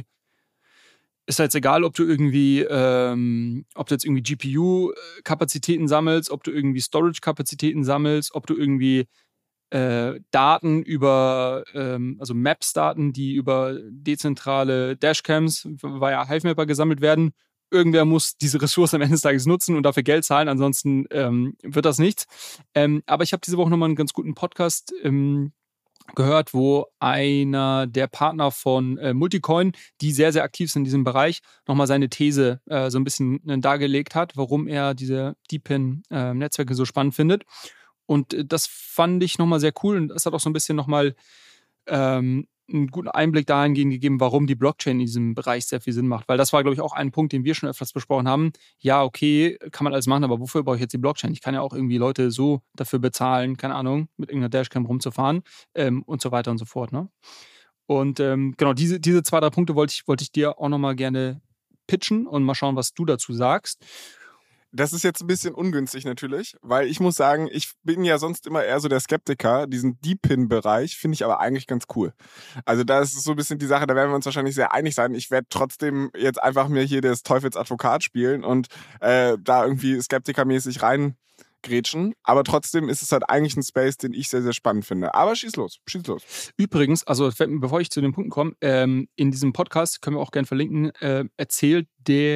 ist jetzt egal, ob du irgendwie, ähm, ob du jetzt irgendwie G P U-Kapazitäten sammelst, ob du irgendwie Storage-Kapazitäten sammelst, ob du irgendwie äh, Daten über, ähm, also Maps-Daten, die über dezentrale Dashcams via Hivemapper gesammelt werden. Irgendwer muss diese Ressource am Ende des Tages nutzen und dafür Geld zahlen, ansonsten ähm, wird das nichts. Ähm, aber ich habe diese Woche nochmal einen ganz guten Podcast ähm, gehört, wo einer der Partner von äh, Multicoin, die sehr, sehr aktiv sind in diesem Bereich, nochmal seine These äh, so ein bisschen äh, dargelegt hat, warum er diese DeepIn-Netzwerke äh, so spannend findet. Und äh, das fand ich nochmal sehr cool und das hat auch so ein bisschen nochmal ähm, einen guten Einblick dahingehend gegeben, warum die Blockchain in diesem Bereich sehr viel Sinn macht. Weil das war, glaube ich, auch ein Punkt, den wir schon öfters besprochen haben. Ja, okay, kann man alles machen, aber wofür brauche ich jetzt die Blockchain? Ich kann ja auch irgendwie Leute so dafür bezahlen, keine Ahnung, mit irgendeiner Dashcam rumzufahren ähm, und so weiter und so fort. Ne? Und ähm, genau, diese, diese zwei, drei Punkte wollte ich, wollte ich dir auch nochmal gerne pitchen und mal schauen, was du dazu sagst. Das ist jetzt ein bisschen ungünstig natürlich, weil ich muss sagen, ich bin ja sonst immer eher so der Skeptiker. Diesen Deepin-Bereich finde ich aber eigentlich ganz cool. Also da ist so ein bisschen die Sache, da werden wir uns wahrscheinlich sehr einig sein. Ich werde trotzdem jetzt einfach mir hier des Teufels Advokat spielen und äh, da irgendwie skeptikermäßig reingrätschen. Aber trotzdem ist es halt eigentlich ein Space, den ich sehr, sehr spannend finde. Aber schieß los, schieß los. Übrigens, also bevor ich zu den Punkten komme, ähm, in diesem Podcast, können wir auch gerne verlinken, äh, erzählt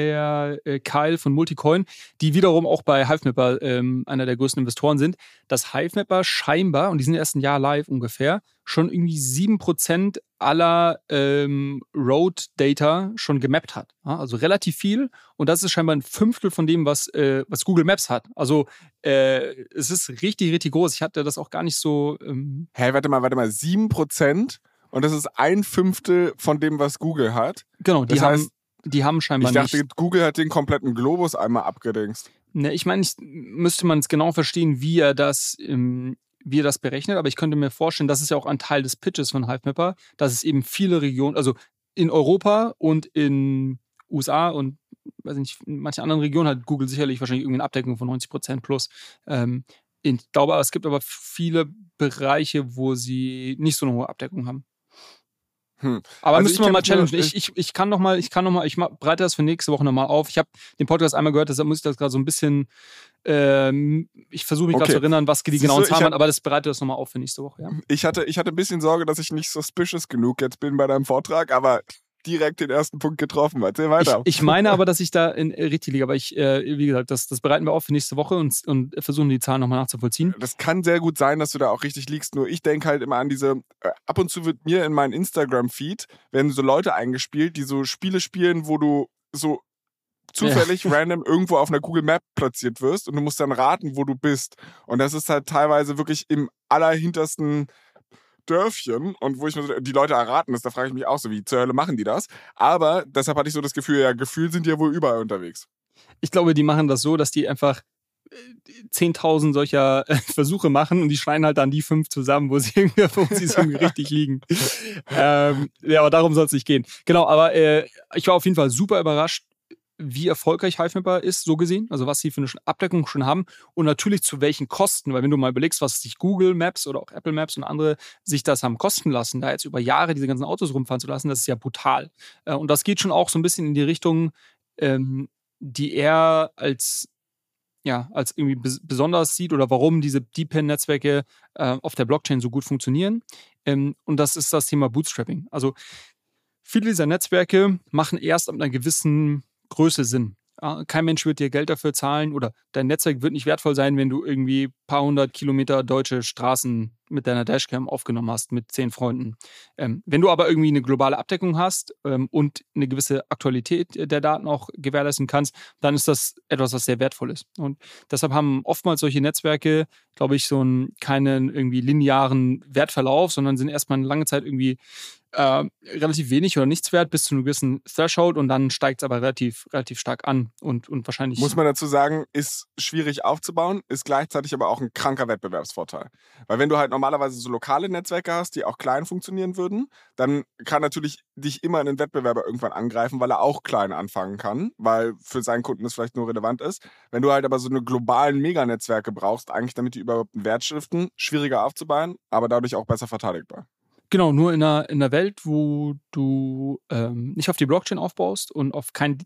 der äh, Kyle von Multicoin, die wiederum auch bei Hivemapper ähm, einer der größten Investoren sind, dass Hivemapper scheinbar, und die sind erst ein Jahr live ungefähr, schon irgendwie sieben Prozent aller ähm, Road-Data schon gemappt hat. Ja, also relativ viel. Und das ist scheinbar ein Fünftel von dem, was, äh, was Google Maps hat. Also äh, es ist richtig, richtig groß. Ich hatte das auch gar nicht so... Ähm Hä, hey, warte mal, warte mal, sieben Prozent? Und das ist ein Fünftel von dem, was Google hat? Genau, die das haben... heißt, Die haben scheinbar ich dachte, nicht. Google hat den kompletten Globus einmal abgedingst. Ne, ich meine, ich, müsste man es genau verstehen, wie er das, ähm, wie er das berechnet, aber ich könnte mir vorstellen, das ist ja auch ein Teil des Pitches von Hivemapper, dass es eben viele Regionen, also in Europa und in U S A und weiß nicht, in manchen anderen Regionen hat Google sicherlich wahrscheinlich irgendwie eine Abdeckung von neunzig Prozent plus. Ähm, ich glaube, es gibt aber viele Bereiche, wo sie nicht so eine hohe Abdeckung haben. Hm. Aber also müssen wir mal challengen. Nur, ich, ich, ich kann noch mal, ich kann noch mal, ich breite das für nächste Woche nochmal auf. Ich habe den Podcast einmal gehört, deshalb muss ich das gerade so ein bisschen, ähm, ich versuche mich okay. gerade zu erinnern, was die genauen Zahlen waren, aber das bereite das nochmal auf für nächste Woche. Ja. Ich hatte, ich hatte ein bisschen Sorge, dass ich nicht suspicious genug jetzt bin bei deinem Vortrag, aber direkt den ersten Punkt getroffen. Erzähl weiter. Ich, ich meine aber, dass ich da in richtig liege, aber ich, äh, wie gesagt, das, das bereiten wir auf für nächste Woche und, und versuchen die Zahlen nochmal nachzuvollziehen. Das kann sehr gut sein, dass du da auch richtig liegst, nur ich denke halt immer an diese, äh, ab und zu wird mir in meinen Instagram-Feed, werden so Leute eingespielt, die so Spiele spielen, wo du so zufällig ja. random irgendwo auf einer Google Map platziert wirst und du musst dann raten, wo du bist. Und das ist halt teilweise wirklich im allerhintersten Dörfchen und wo ich mir so, die Leute erraten das, da frage ich mich auch so, wie zur Hölle machen die das? Aber deshalb hatte ich so das Gefühl, ja, gefühlt sind die ja wohl überall unterwegs. Ich glaube, die machen das so, dass die einfach zehntausend solcher Versuche machen und die schreien halt dann die fünf zusammen, wo sie irgendwie, wo sie so richtig liegen. ähm, ja, aber darum soll es nicht gehen. Genau, aber äh, ich war auf jeden Fall super überrascht, wie erfolgreich Hivemapper ist, so gesehen, also was sie für eine Abdeckung schon haben und natürlich zu welchen Kosten, weil wenn du mal überlegst, was sich Google Maps oder auch Apple Maps und andere sich das haben kosten lassen, da jetzt über Jahre diese ganzen Autos rumfahren zu lassen, das ist ja brutal. Und das geht schon auch so ein bisschen in die Richtung, ähm, die er als ja, als irgendwie besonders sieht oder warum diese DeepIn-Netzwerke äh, auf der Blockchain so gut funktionieren. Ähm, und das ist das Thema Bootstrapping. Also viele dieser Netzwerke machen erst ab einer gewissen Größe Sinn. Kein Mensch wird dir Geld dafür zahlen oder dein Netzwerk wird nicht wertvoll sein, wenn du irgendwie ein paar hundert Kilometer deutsche Straßen mit deiner Dashcam aufgenommen hast mit zehn Freunden. Ähm, wenn du aber irgendwie eine globale Abdeckung hast ähm, und eine gewisse Aktualität der Daten auch gewährleisten kannst, dann ist das etwas, was sehr wertvoll ist. Und deshalb haben oftmals solche Netzwerke, glaube ich, so einen keinen irgendwie linearen Wertverlauf, sondern sind erstmal eine lange Zeit irgendwie äh, relativ wenig oder nichts wert bis zu einem gewissen Threshold und dann steigt es aber relativ, relativ stark an und, und wahrscheinlich... Muss man dazu sagen, ist schwierig aufzubauen, ist gleichzeitig aber auch ein kranker Wettbewerbsvorteil. Weil wenn du halt normalerweise so lokale Netzwerke hast, die auch klein funktionieren würden, dann kann natürlich dich immer ein Wettbewerber irgendwann angreifen, weil er auch klein anfangen kann, weil für seinen Kunden es vielleicht nur relevant ist. Wenn du halt aber so eine globalen Meganetzwerke brauchst, eigentlich damit die überhaupt einen Wert stiften, schwieriger aufzubauen, aber dadurch auch besser verteidigbar. Genau, nur in einer, in einer Welt, wo du ähm, nicht auf die Blockchain aufbaust und auf kein,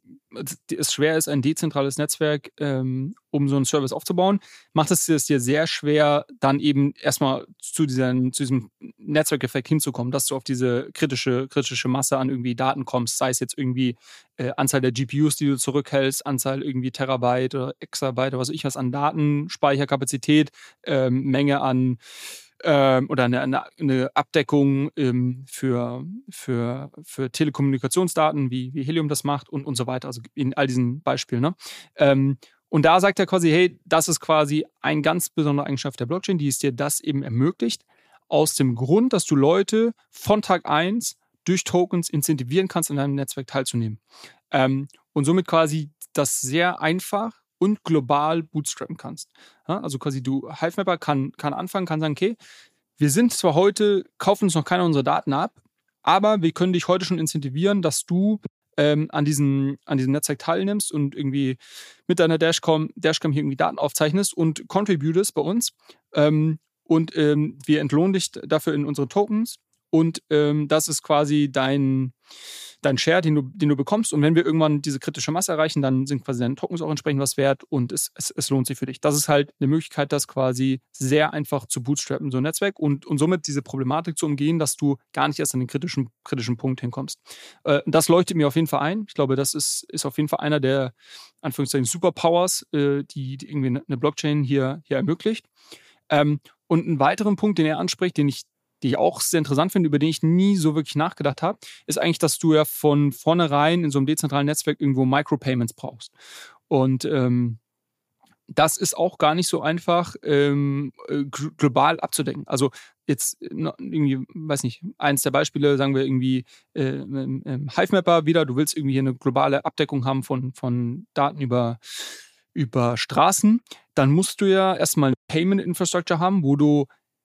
es schwer ist, ein dezentrales Netzwerk, ähm, um so einen Service aufzubauen, macht es dir sehr schwer, dann eben erstmal zu, diesen, zu diesem Netzwerkeffekt hinzukommen, dass du auf diese kritische, kritische Masse an irgendwie Daten kommst, sei es jetzt irgendwie äh, Anzahl der G P Us, die du zurückhältst, Anzahl irgendwie Terabyte oder Exabyte oder was weiß ich was an Datenspeicherkapazität, ähm, Menge an Ähm, oder eine, eine, eine Abdeckung ähm, für, für, für Telekommunikationsdaten, wie, wie Helium das macht und, und so weiter, also in all diesen Beispielen. Ne? Ähm, und da sagt er quasi, hey, das ist quasi eine ganz besondere Eigenschaft der Blockchain, die es dir das eben ermöglicht, aus dem Grund, dass du Leute von Tag eins durch Tokens incentivieren kannst, in deinem Netzwerk teilzunehmen. Ähm, und somit quasi das sehr einfach und global bootstrappen kannst. Ja, also quasi du, Hivemapper kann, kann anfangen, kann sagen, okay, wir sind zwar heute, kaufen uns noch keiner unserer Daten ab, aber wir können dich heute schon incentivieren, dass du ähm, an, diesen, an diesem Netzwerk teilnimmst und irgendwie mit deiner Dashcam, Dashcam hier irgendwie Daten aufzeichnest und contributest bei uns. Ähm, und ähm, wir entlohnen dich dafür in unsere Tokens. Und ähm, das ist quasi dein, dein Share, den du, den du bekommst. Und wenn wir irgendwann diese kritische Masse erreichen, dann sind quasi deine Tokens auch entsprechend was wert und es, es, es lohnt sich für dich. Das ist halt eine Möglichkeit, das quasi sehr einfach zu bootstrappen, so ein Netzwerk und, und somit diese Problematik zu umgehen, dass du gar nicht erst an den kritischen, kritischen Punkt hinkommst. Äh, das leuchtet mir auf jeden Fall ein. Ich glaube, das ist, ist auf jeden Fall einer der, Anführungszeichen, Superpowers, äh, die, die irgendwie eine Blockchain hier, hier ermöglicht. Ähm, und einen weiteren Punkt, den er anspricht, den ich die ich auch sehr interessant finde, über den ich nie so wirklich nachgedacht habe, ist eigentlich, dass du ja von vornherein in so einem dezentralen Netzwerk irgendwo Micropayments brauchst. Und ähm, das ist auch gar nicht so einfach ähm, global abzudecken. Also jetzt irgendwie, weiß nicht, eins der Beispiele, sagen wir irgendwie äh, ähm, Hivemapper wieder, du willst irgendwie hier eine globale Abdeckung haben von, von Daten über, über Straßen, dann musst du ja erstmal eine Payment-Infrastructure haben, wo du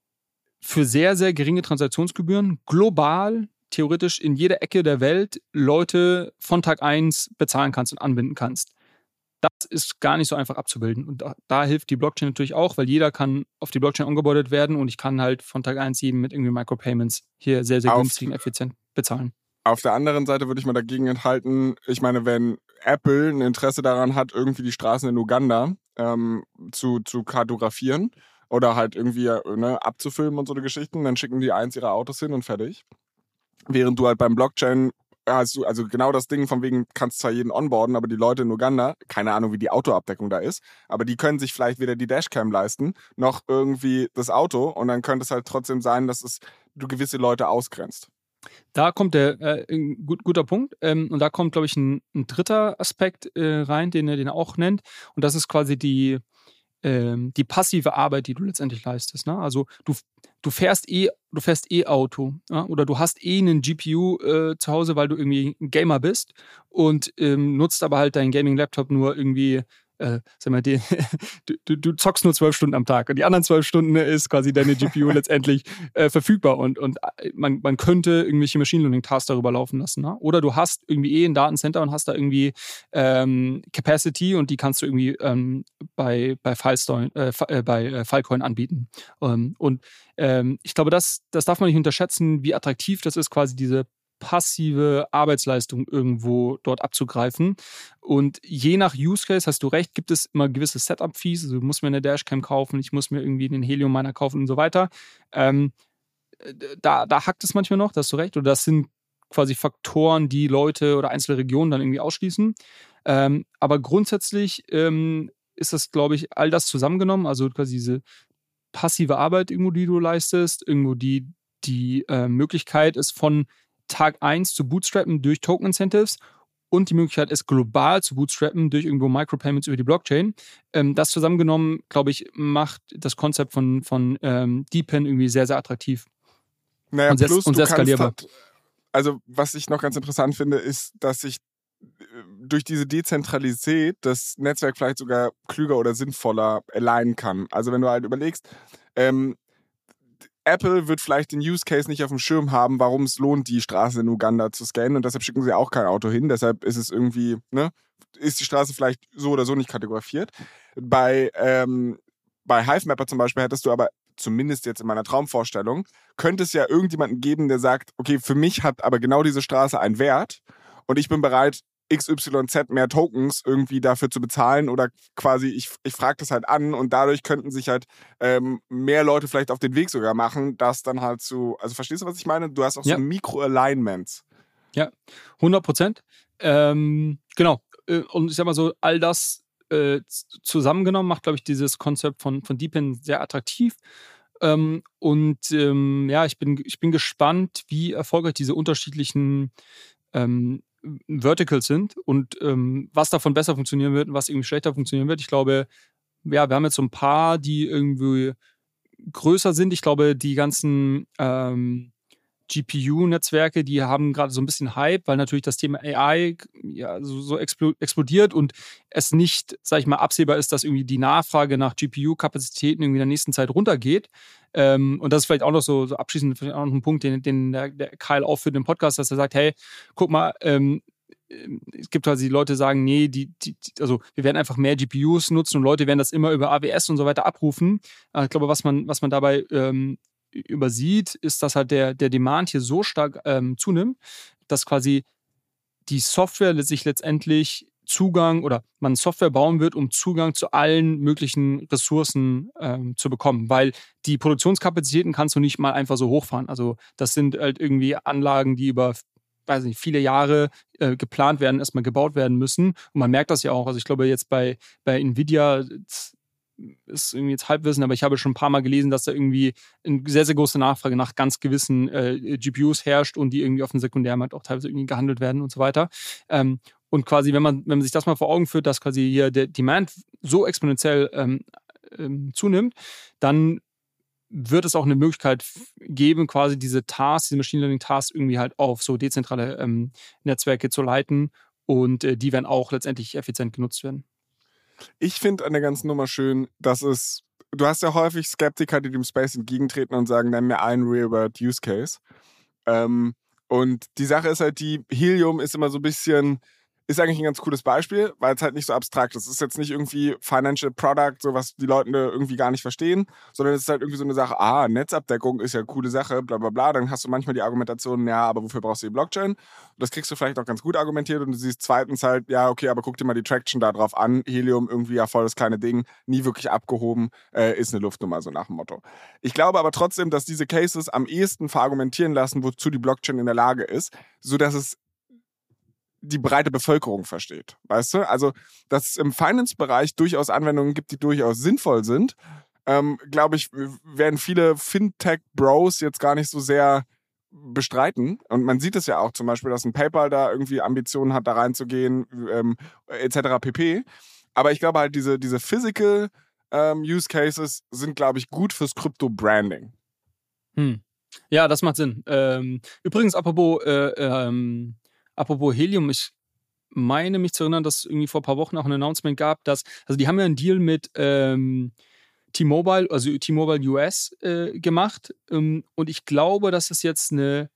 für sehr, sehr geringe Transaktionsgebühren global, theoretisch in jeder Ecke der Welt Leute von Tag eins bezahlen kannst und anbinden kannst. Das ist gar nicht so einfach abzubilden. Und da, da hilft die Blockchain natürlich auch, weil jeder kann auf die Blockchain ongeboardet werden und ich kann halt von Tag eins jedem mit irgendwie Micropayments hier sehr, sehr günstig und effizient bezahlen. Auf der anderen Seite würde ich mal dagegen enthalten, ich meine, wenn Apple ein Interesse daran hat, irgendwie die Straßen in Uganda ähm, zu, zu kartografieren, oder halt irgendwie ne, abzufilmen und so eine Geschichten, dann schicken die eins ihre Autos hin und fertig. Während du halt beim Blockchain hast du, also genau das Ding von wegen, kannst zwar jeden onboarden, aber die Leute in Uganda, keine Ahnung, wie die Autoabdeckung da ist, aber die können sich vielleicht weder die Dashcam leisten, noch irgendwie das Auto und dann könnte es halt trotzdem sein, dass es du gewisse Leute ausgrenzt. Da kommt der, äh, gut, guter Punkt, ähm, und da kommt, glaube ich, ein, ein dritter Aspekt äh, rein, den er, den er auch nennt, und das ist quasi die die passive Arbeit, die du letztendlich leistest. Ne? Also du, du fährst eh, du fährst eh Auto, ja? Oder du hast eh einen G P U äh, zu Hause, weil du irgendwie ein Gamer bist und ähm, nutzt aber halt deinen Gaming-Laptop nur irgendwie, äh, sag mal, die, du, du zockst nur zwölf Stunden am Tag und die anderen zwölf Stunden ist quasi deine G P U letztendlich äh, verfügbar und, und man, man könnte irgendwelche Machine Learning-Tasks darüber laufen lassen. Ne? Oder du hast irgendwie eh ein Datencenter und hast da irgendwie ähm, Capacity und die kannst du irgendwie ähm, bei, bei, Filestone, äh, bei äh, Filecoin anbieten. Ähm, und ähm, ich glaube, das, das darf man nicht unterschätzen, wie attraktiv das ist, quasi diese passive Arbeitsleistung irgendwo dort abzugreifen. Und je nach Use Case, hast du recht, gibt es immer gewisse Setup-Fees. Also du musst mir eine Dashcam kaufen, ich muss mir irgendwie den Helium-Miner kaufen und so weiter. Ähm, da, da hackt es manchmal noch, da hast du recht. Oder das sind quasi Faktoren, die Leute oder einzelne Regionen dann irgendwie ausschließen. Ähm, aber grundsätzlich ähm, ist das, glaube ich, all das zusammengenommen, also quasi diese passive Arbeit irgendwo, die du leistest, irgendwo die, die äh, Möglichkeit ist von Tag eins zu bootstrappen durch Token-Incentives und die Möglichkeit ist, global zu bootstrappen durch irgendwo Micropayments über die Blockchain. Ähm, das zusammengenommen, glaube ich, macht das Konzept von, von ähm, D P I N irgendwie sehr, sehr attraktiv. Naja, und sehr, plus und sehr du skalierbar. Kannst halt, also was ich noch ganz interessant finde, ist, dass sich durch diese Dezentralität das Netzwerk vielleicht sogar klüger oder sinnvoller alignen kann. Also wenn du halt überlegst, ähm, Apple wird vielleicht den Use Case nicht auf dem Schirm haben, warum es lohnt, die Straße in Uganda zu scannen und deshalb schicken sie auch kein Auto hin. Deshalb ist es irgendwie, ne, ist die Straße vielleicht so oder so nicht kartografiert. Bei, ähm, bei Hivemapper zum Beispiel hättest du aber, zumindest jetzt in meiner Traumvorstellung, könnte es ja irgendjemanden geben, der sagt, okay, für mich hat aber genau diese Straße einen Wert und ich bin bereit, X Y Z mehr Tokens irgendwie dafür zu bezahlen oder quasi, ich, ich frage das halt an und dadurch könnten sich halt ähm, mehr Leute vielleicht auf den Weg sogar machen, das dann halt zu, also verstehst du, was ich meine? Du hast auch ja. so Mikro-Alignments. Ja, hundert Prozent. Ähm, genau. Und ich sag mal so, all das äh, zusammengenommen macht, glaube ich, dieses Konzept von, von DePIN sehr attraktiv. Ähm, und ähm, ja, ich bin, ich bin gespannt, wie erfolgreich diese unterschiedlichen ähm, Verticals sind und ähm, was davon besser funktionieren wird und was irgendwie schlechter funktionieren wird. Ich glaube, ja, wir haben jetzt so ein paar, die irgendwie größer sind. Ich glaube, die ganzen ähm, G P U-Netzwerke, die haben gerade so ein bisschen Hype, weil natürlich das Thema A I ja, so, so explodiert und es nicht, sag ich mal, absehbar ist, dass irgendwie die Nachfrage nach G P U-Kapazitäten irgendwie in der nächsten Zeit runtergeht. Ähm, und das ist vielleicht auch noch so, so abschließend vielleicht auch noch ein Punkt, den, den der, der Kyle aufführt im Podcast, dass er sagt, hey, guck mal, ähm, es gibt quasi Leute, die sagen, nee, die, die, also wir werden einfach mehr G P Us nutzen und Leute werden das immer über A W S und so weiter abrufen. Ich glaube, was man, was man dabei ähm, übersieht, ist, dass halt der, der Demand hier so stark ähm, zunimmt, dass quasi die Software sich letztendlich Zugang oder man Software bauen wird, um Zugang zu allen möglichen Ressourcen ähm, zu bekommen, weil die Produktionskapazitäten kannst du nicht mal einfach so hochfahren. Also das sind halt irgendwie Anlagen, die über weiß nicht, viele Jahre äh, geplant werden, erstmal gebaut werden müssen. Und man merkt das ja auch. Also ich glaube jetzt bei, bei Nvidia ist irgendwie jetzt Halbwissen, aber ich habe schon ein paar Mal gelesen, dass da irgendwie eine sehr, sehr große Nachfrage nach ganz gewissen äh, G P Us herrscht und die irgendwie auf dem Sekundärmarkt auch teilweise irgendwie gehandelt werden und so weiter. Ähm, und quasi, wenn man, wenn man sich das mal vor Augen führt, dass quasi hier der Demand so exponentiell ähm, ähm, zunimmt, dann wird es auch eine Möglichkeit geben, quasi diese Tasks, diese Machine Learning Tasks irgendwie halt auf so dezentrale ähm, Netzwerke zu leiten und äh, die werden auch letztendlich effizient genutzt werden. Ich finde an der ganzen Nummer schön, dass es, du hast ja häufig Skeptiker, die dem Space entgegentreten und sagen, nenn mir einen Real-World-Use-Case. Ähm, und die Sache ist halt die, Helium ist immer so ein bisschen, ist eigentlich ein ganz cooles Beispiel, weil es halt nicht so abstrakt ist. Es ist jetzt nicht irgendwie Financial Product, so was die Leute irgendwie gar nicht verstehen, sondern es ist halt irgendwie so eine Sache, ah, Netzabdeckung ist ja eine coole Sache, bla bla bla. Dann hast du manchmal die Argumentation, ja, aber wofür brauchst du die Blockchain? Und das kriegst du vielleicht auch ganz gut argumentiert und du siehst zweitens halt, ja, okay, aber guck dir mal die Traction da drauf an. Helium irgendwie ja voll das kleine Ding, nie wirklich abgehoben, äh, ist eine Luftnummer, so nach dem Motto. Ich glaube aber trotzdem, dass diese Cases am ehesten verargumentieren lassen, wozu die Blockchain in der Lage ist, sodass es die breite Bevölkerung versteht, weißt du? Also, dass es im Finance-Bereich durchaus Anwendungen gibt, die durchaus sinnvoll sind, ähm, glaube ich, werden viele Fintech-Bros jetzt gar nicht so sehr bestreiten. Und man sieht es ja auch zum Beispiel, dass ein PayPal da irgendwie Ambitionen hat, da reinzugehen, ähm, et cetera pp. Aber ich glaube halt, diese, diese Physical ähm, Use Cases sind, glaube ich, gut fürs Crypto-Branding. Hm. Ja, das macht Sinn. Ähm, übrigens, apropos äh, ähm Apropos Helium, ich meine mich zu erinnern, dass es irgendwie vor ein paar Wochen auch ein Announcement gab, dass, also die haben ja einen Deal mit ähm, T-Mobile, also T-Mobile U S äh, gemacht ähm, und ich glaube, dass es jetzt eine,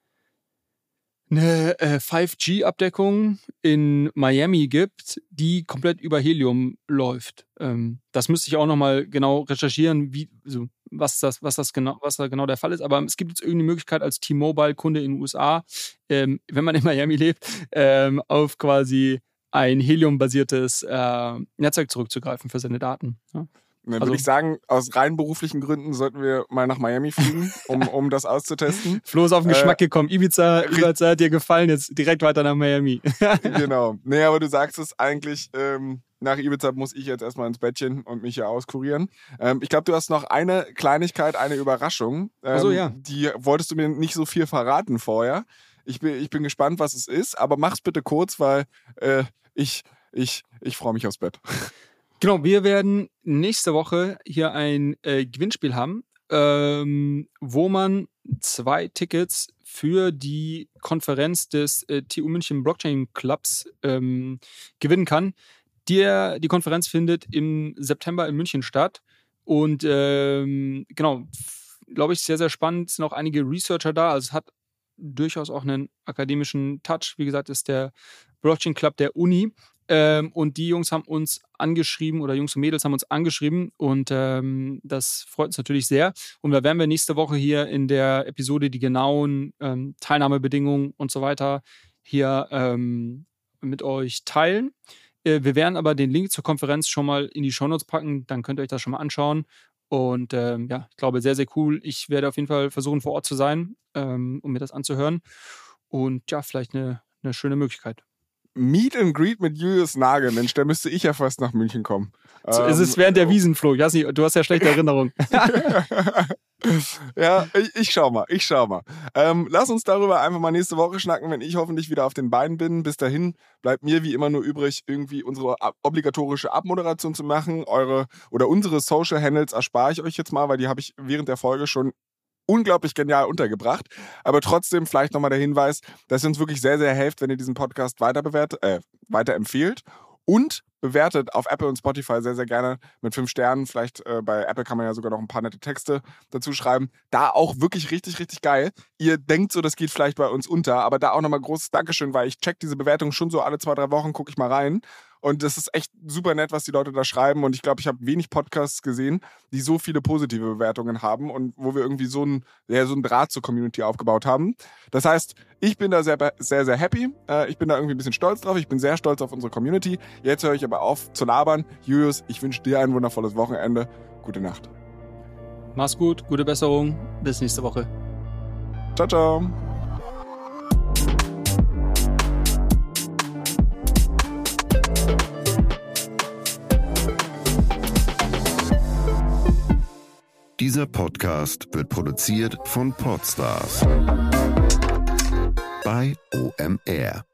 eine äh, fünf G-Abdeckung in Miami gibt, die komplett über Helium läuft. Ähm, das müsste ich auch nochmal genau recherchieren, wie, also was das, was das genau, was da genau der Fall ist. Aber es gibt jetzt irgendeine Möglichkeit als T-Mobile-Kunde in den U S A, ähm, wenn man in Miami lebt, ähm, auf quasi ein Helium-basiertes äh, Netzwerk zurückzugreifen für seine Daten. Ja. Dann Also, würde ich sagen, aus rein beruflichen Gründen sollten wir mal nach Miami fliegen, um, um das auszutesten. Flo ist auf den Geschmack äh, gekommen. Ibiza, Ibiza hat dir gefallen, jetzt direkt weiter nach Miami. Genau. Nee, aber du sagst es eigentlich, ähm, nach Ibiza muss ich jetzt erstmal ins Bettchen und mich hier auskurieren. Ähm, ich glaube, du hast noch eine Kleinigkeit, eine Überraschung. Ähm, Ach so, ja. Die wolltest du mir nicht so viel verraten vorher. Ich bin, ich bin gespannt, was es ist, aber mach's bitte kurz, weil äh, ich, ich, ich freue mich aufs Bett. Genau, wir werden nächste Woche hier ein äh, Gewinnspiel haben, ähm, wo man zwei Tickets für die Konferenz des äh, T U München Blockchain Clubs ähm, gewinnen kann. Die, die Konferenz findet im September in München statt. Und ähm, genau, glaube ich, sehr, sehr spannend. Es sind auch einige Researcher da. Also es hat durchaus auch einen akademischen Touch. Wie gesagt, ist der Blockchain Club der Uni. Ähm, und die Jungs haben uns angeschrieben, oder Jungs und Mädels haben uns angeschrieben. Und ähm, das freut uns natürlich sehr. Und da werden wir nächste Woche hier in der Episode die genauen ähm, Teilnahmebedingungen und so weiter hier ähm, mit euch teilen. Äh, wir werden aber den Link zur Konferenz schon mal in die Shownotes packen. Dann könnt ihr euch das schon mal anschauen. Und ähm, ja, ich glaube, sehr, sehr cool. Ich werde auf jeden Fall versuchen, vor Ort zu sein, ähm, um mir das anzuhören. Und ja, vielleicht eine, eine schöne Möglichkeit. Meet and Greet mit Julius Nagel. Mensch, da müsste ich ja fast nach München kommen. So ähm, ist es während der Wiesenflug. Ich weiß nicht, du hast ja schlechte Erinnerungen. Ja, ich, ich schau mal, ich schau mal. Ähm, lass uns darüber einfach mal nächste Woche schnacken, wenn ich hoffentlich wieder auf den Beinen bin. Bis dahin bleibt mir wie immer nur übrig, irgendwie unsere obligatorische Abmoderation zu machen. Eure oder unsere Social Handles erspare ich euch jetzt mal, weil die habe ich während der Folge schon unglaublich genial untergebracht. Aber trotzdem vielleicht nochmal der Hinweis, dass ihr uns wirklich sehr, sehr helft, wenn ihr diesen Podcast weiter bewertet, äh, weiterempfehlt. Und bewertet auf Apple und Spotify sehr, sehr gerne mit fünf Sternen. Vielleicht äh, bei Apple kann man ja sogar noch ein paar nette Texte dazu schreiben. Da auch wirklich richtig, richtig geil. Ihr denkt so, das geht vielleicht bei uns unter, aber da auch nochmal großes Dankeschön, weil ich check diese Bewertung schon so alle zwei, drei Wochen, gucke ich mal rein. Und das ist echt super nett, was die Leute da schreiben. Und ich glaube, ich habe wenig Podcasts gesehen, die so viele positive Bewertungen haben und wo wir irgendwie so einen ja, so einen Draht zur Community aufgebaut haben. Das heißt, ich bin da sehr, sehr, sehr happy. Ich bin da irgendwie ein bisschen stolz drauf. Ich bin sehr stolz auf unsere Community. Jetzt höre ich aber auf zu labern. Julius, ich wünsche dir ein wundervolles Wochenende. Gute Nacht. Mach's gut, gute Besserung. Bis nächste Woche. Ciao, ciao. Dieser Podcast wird produziert von Podstars bei O M R.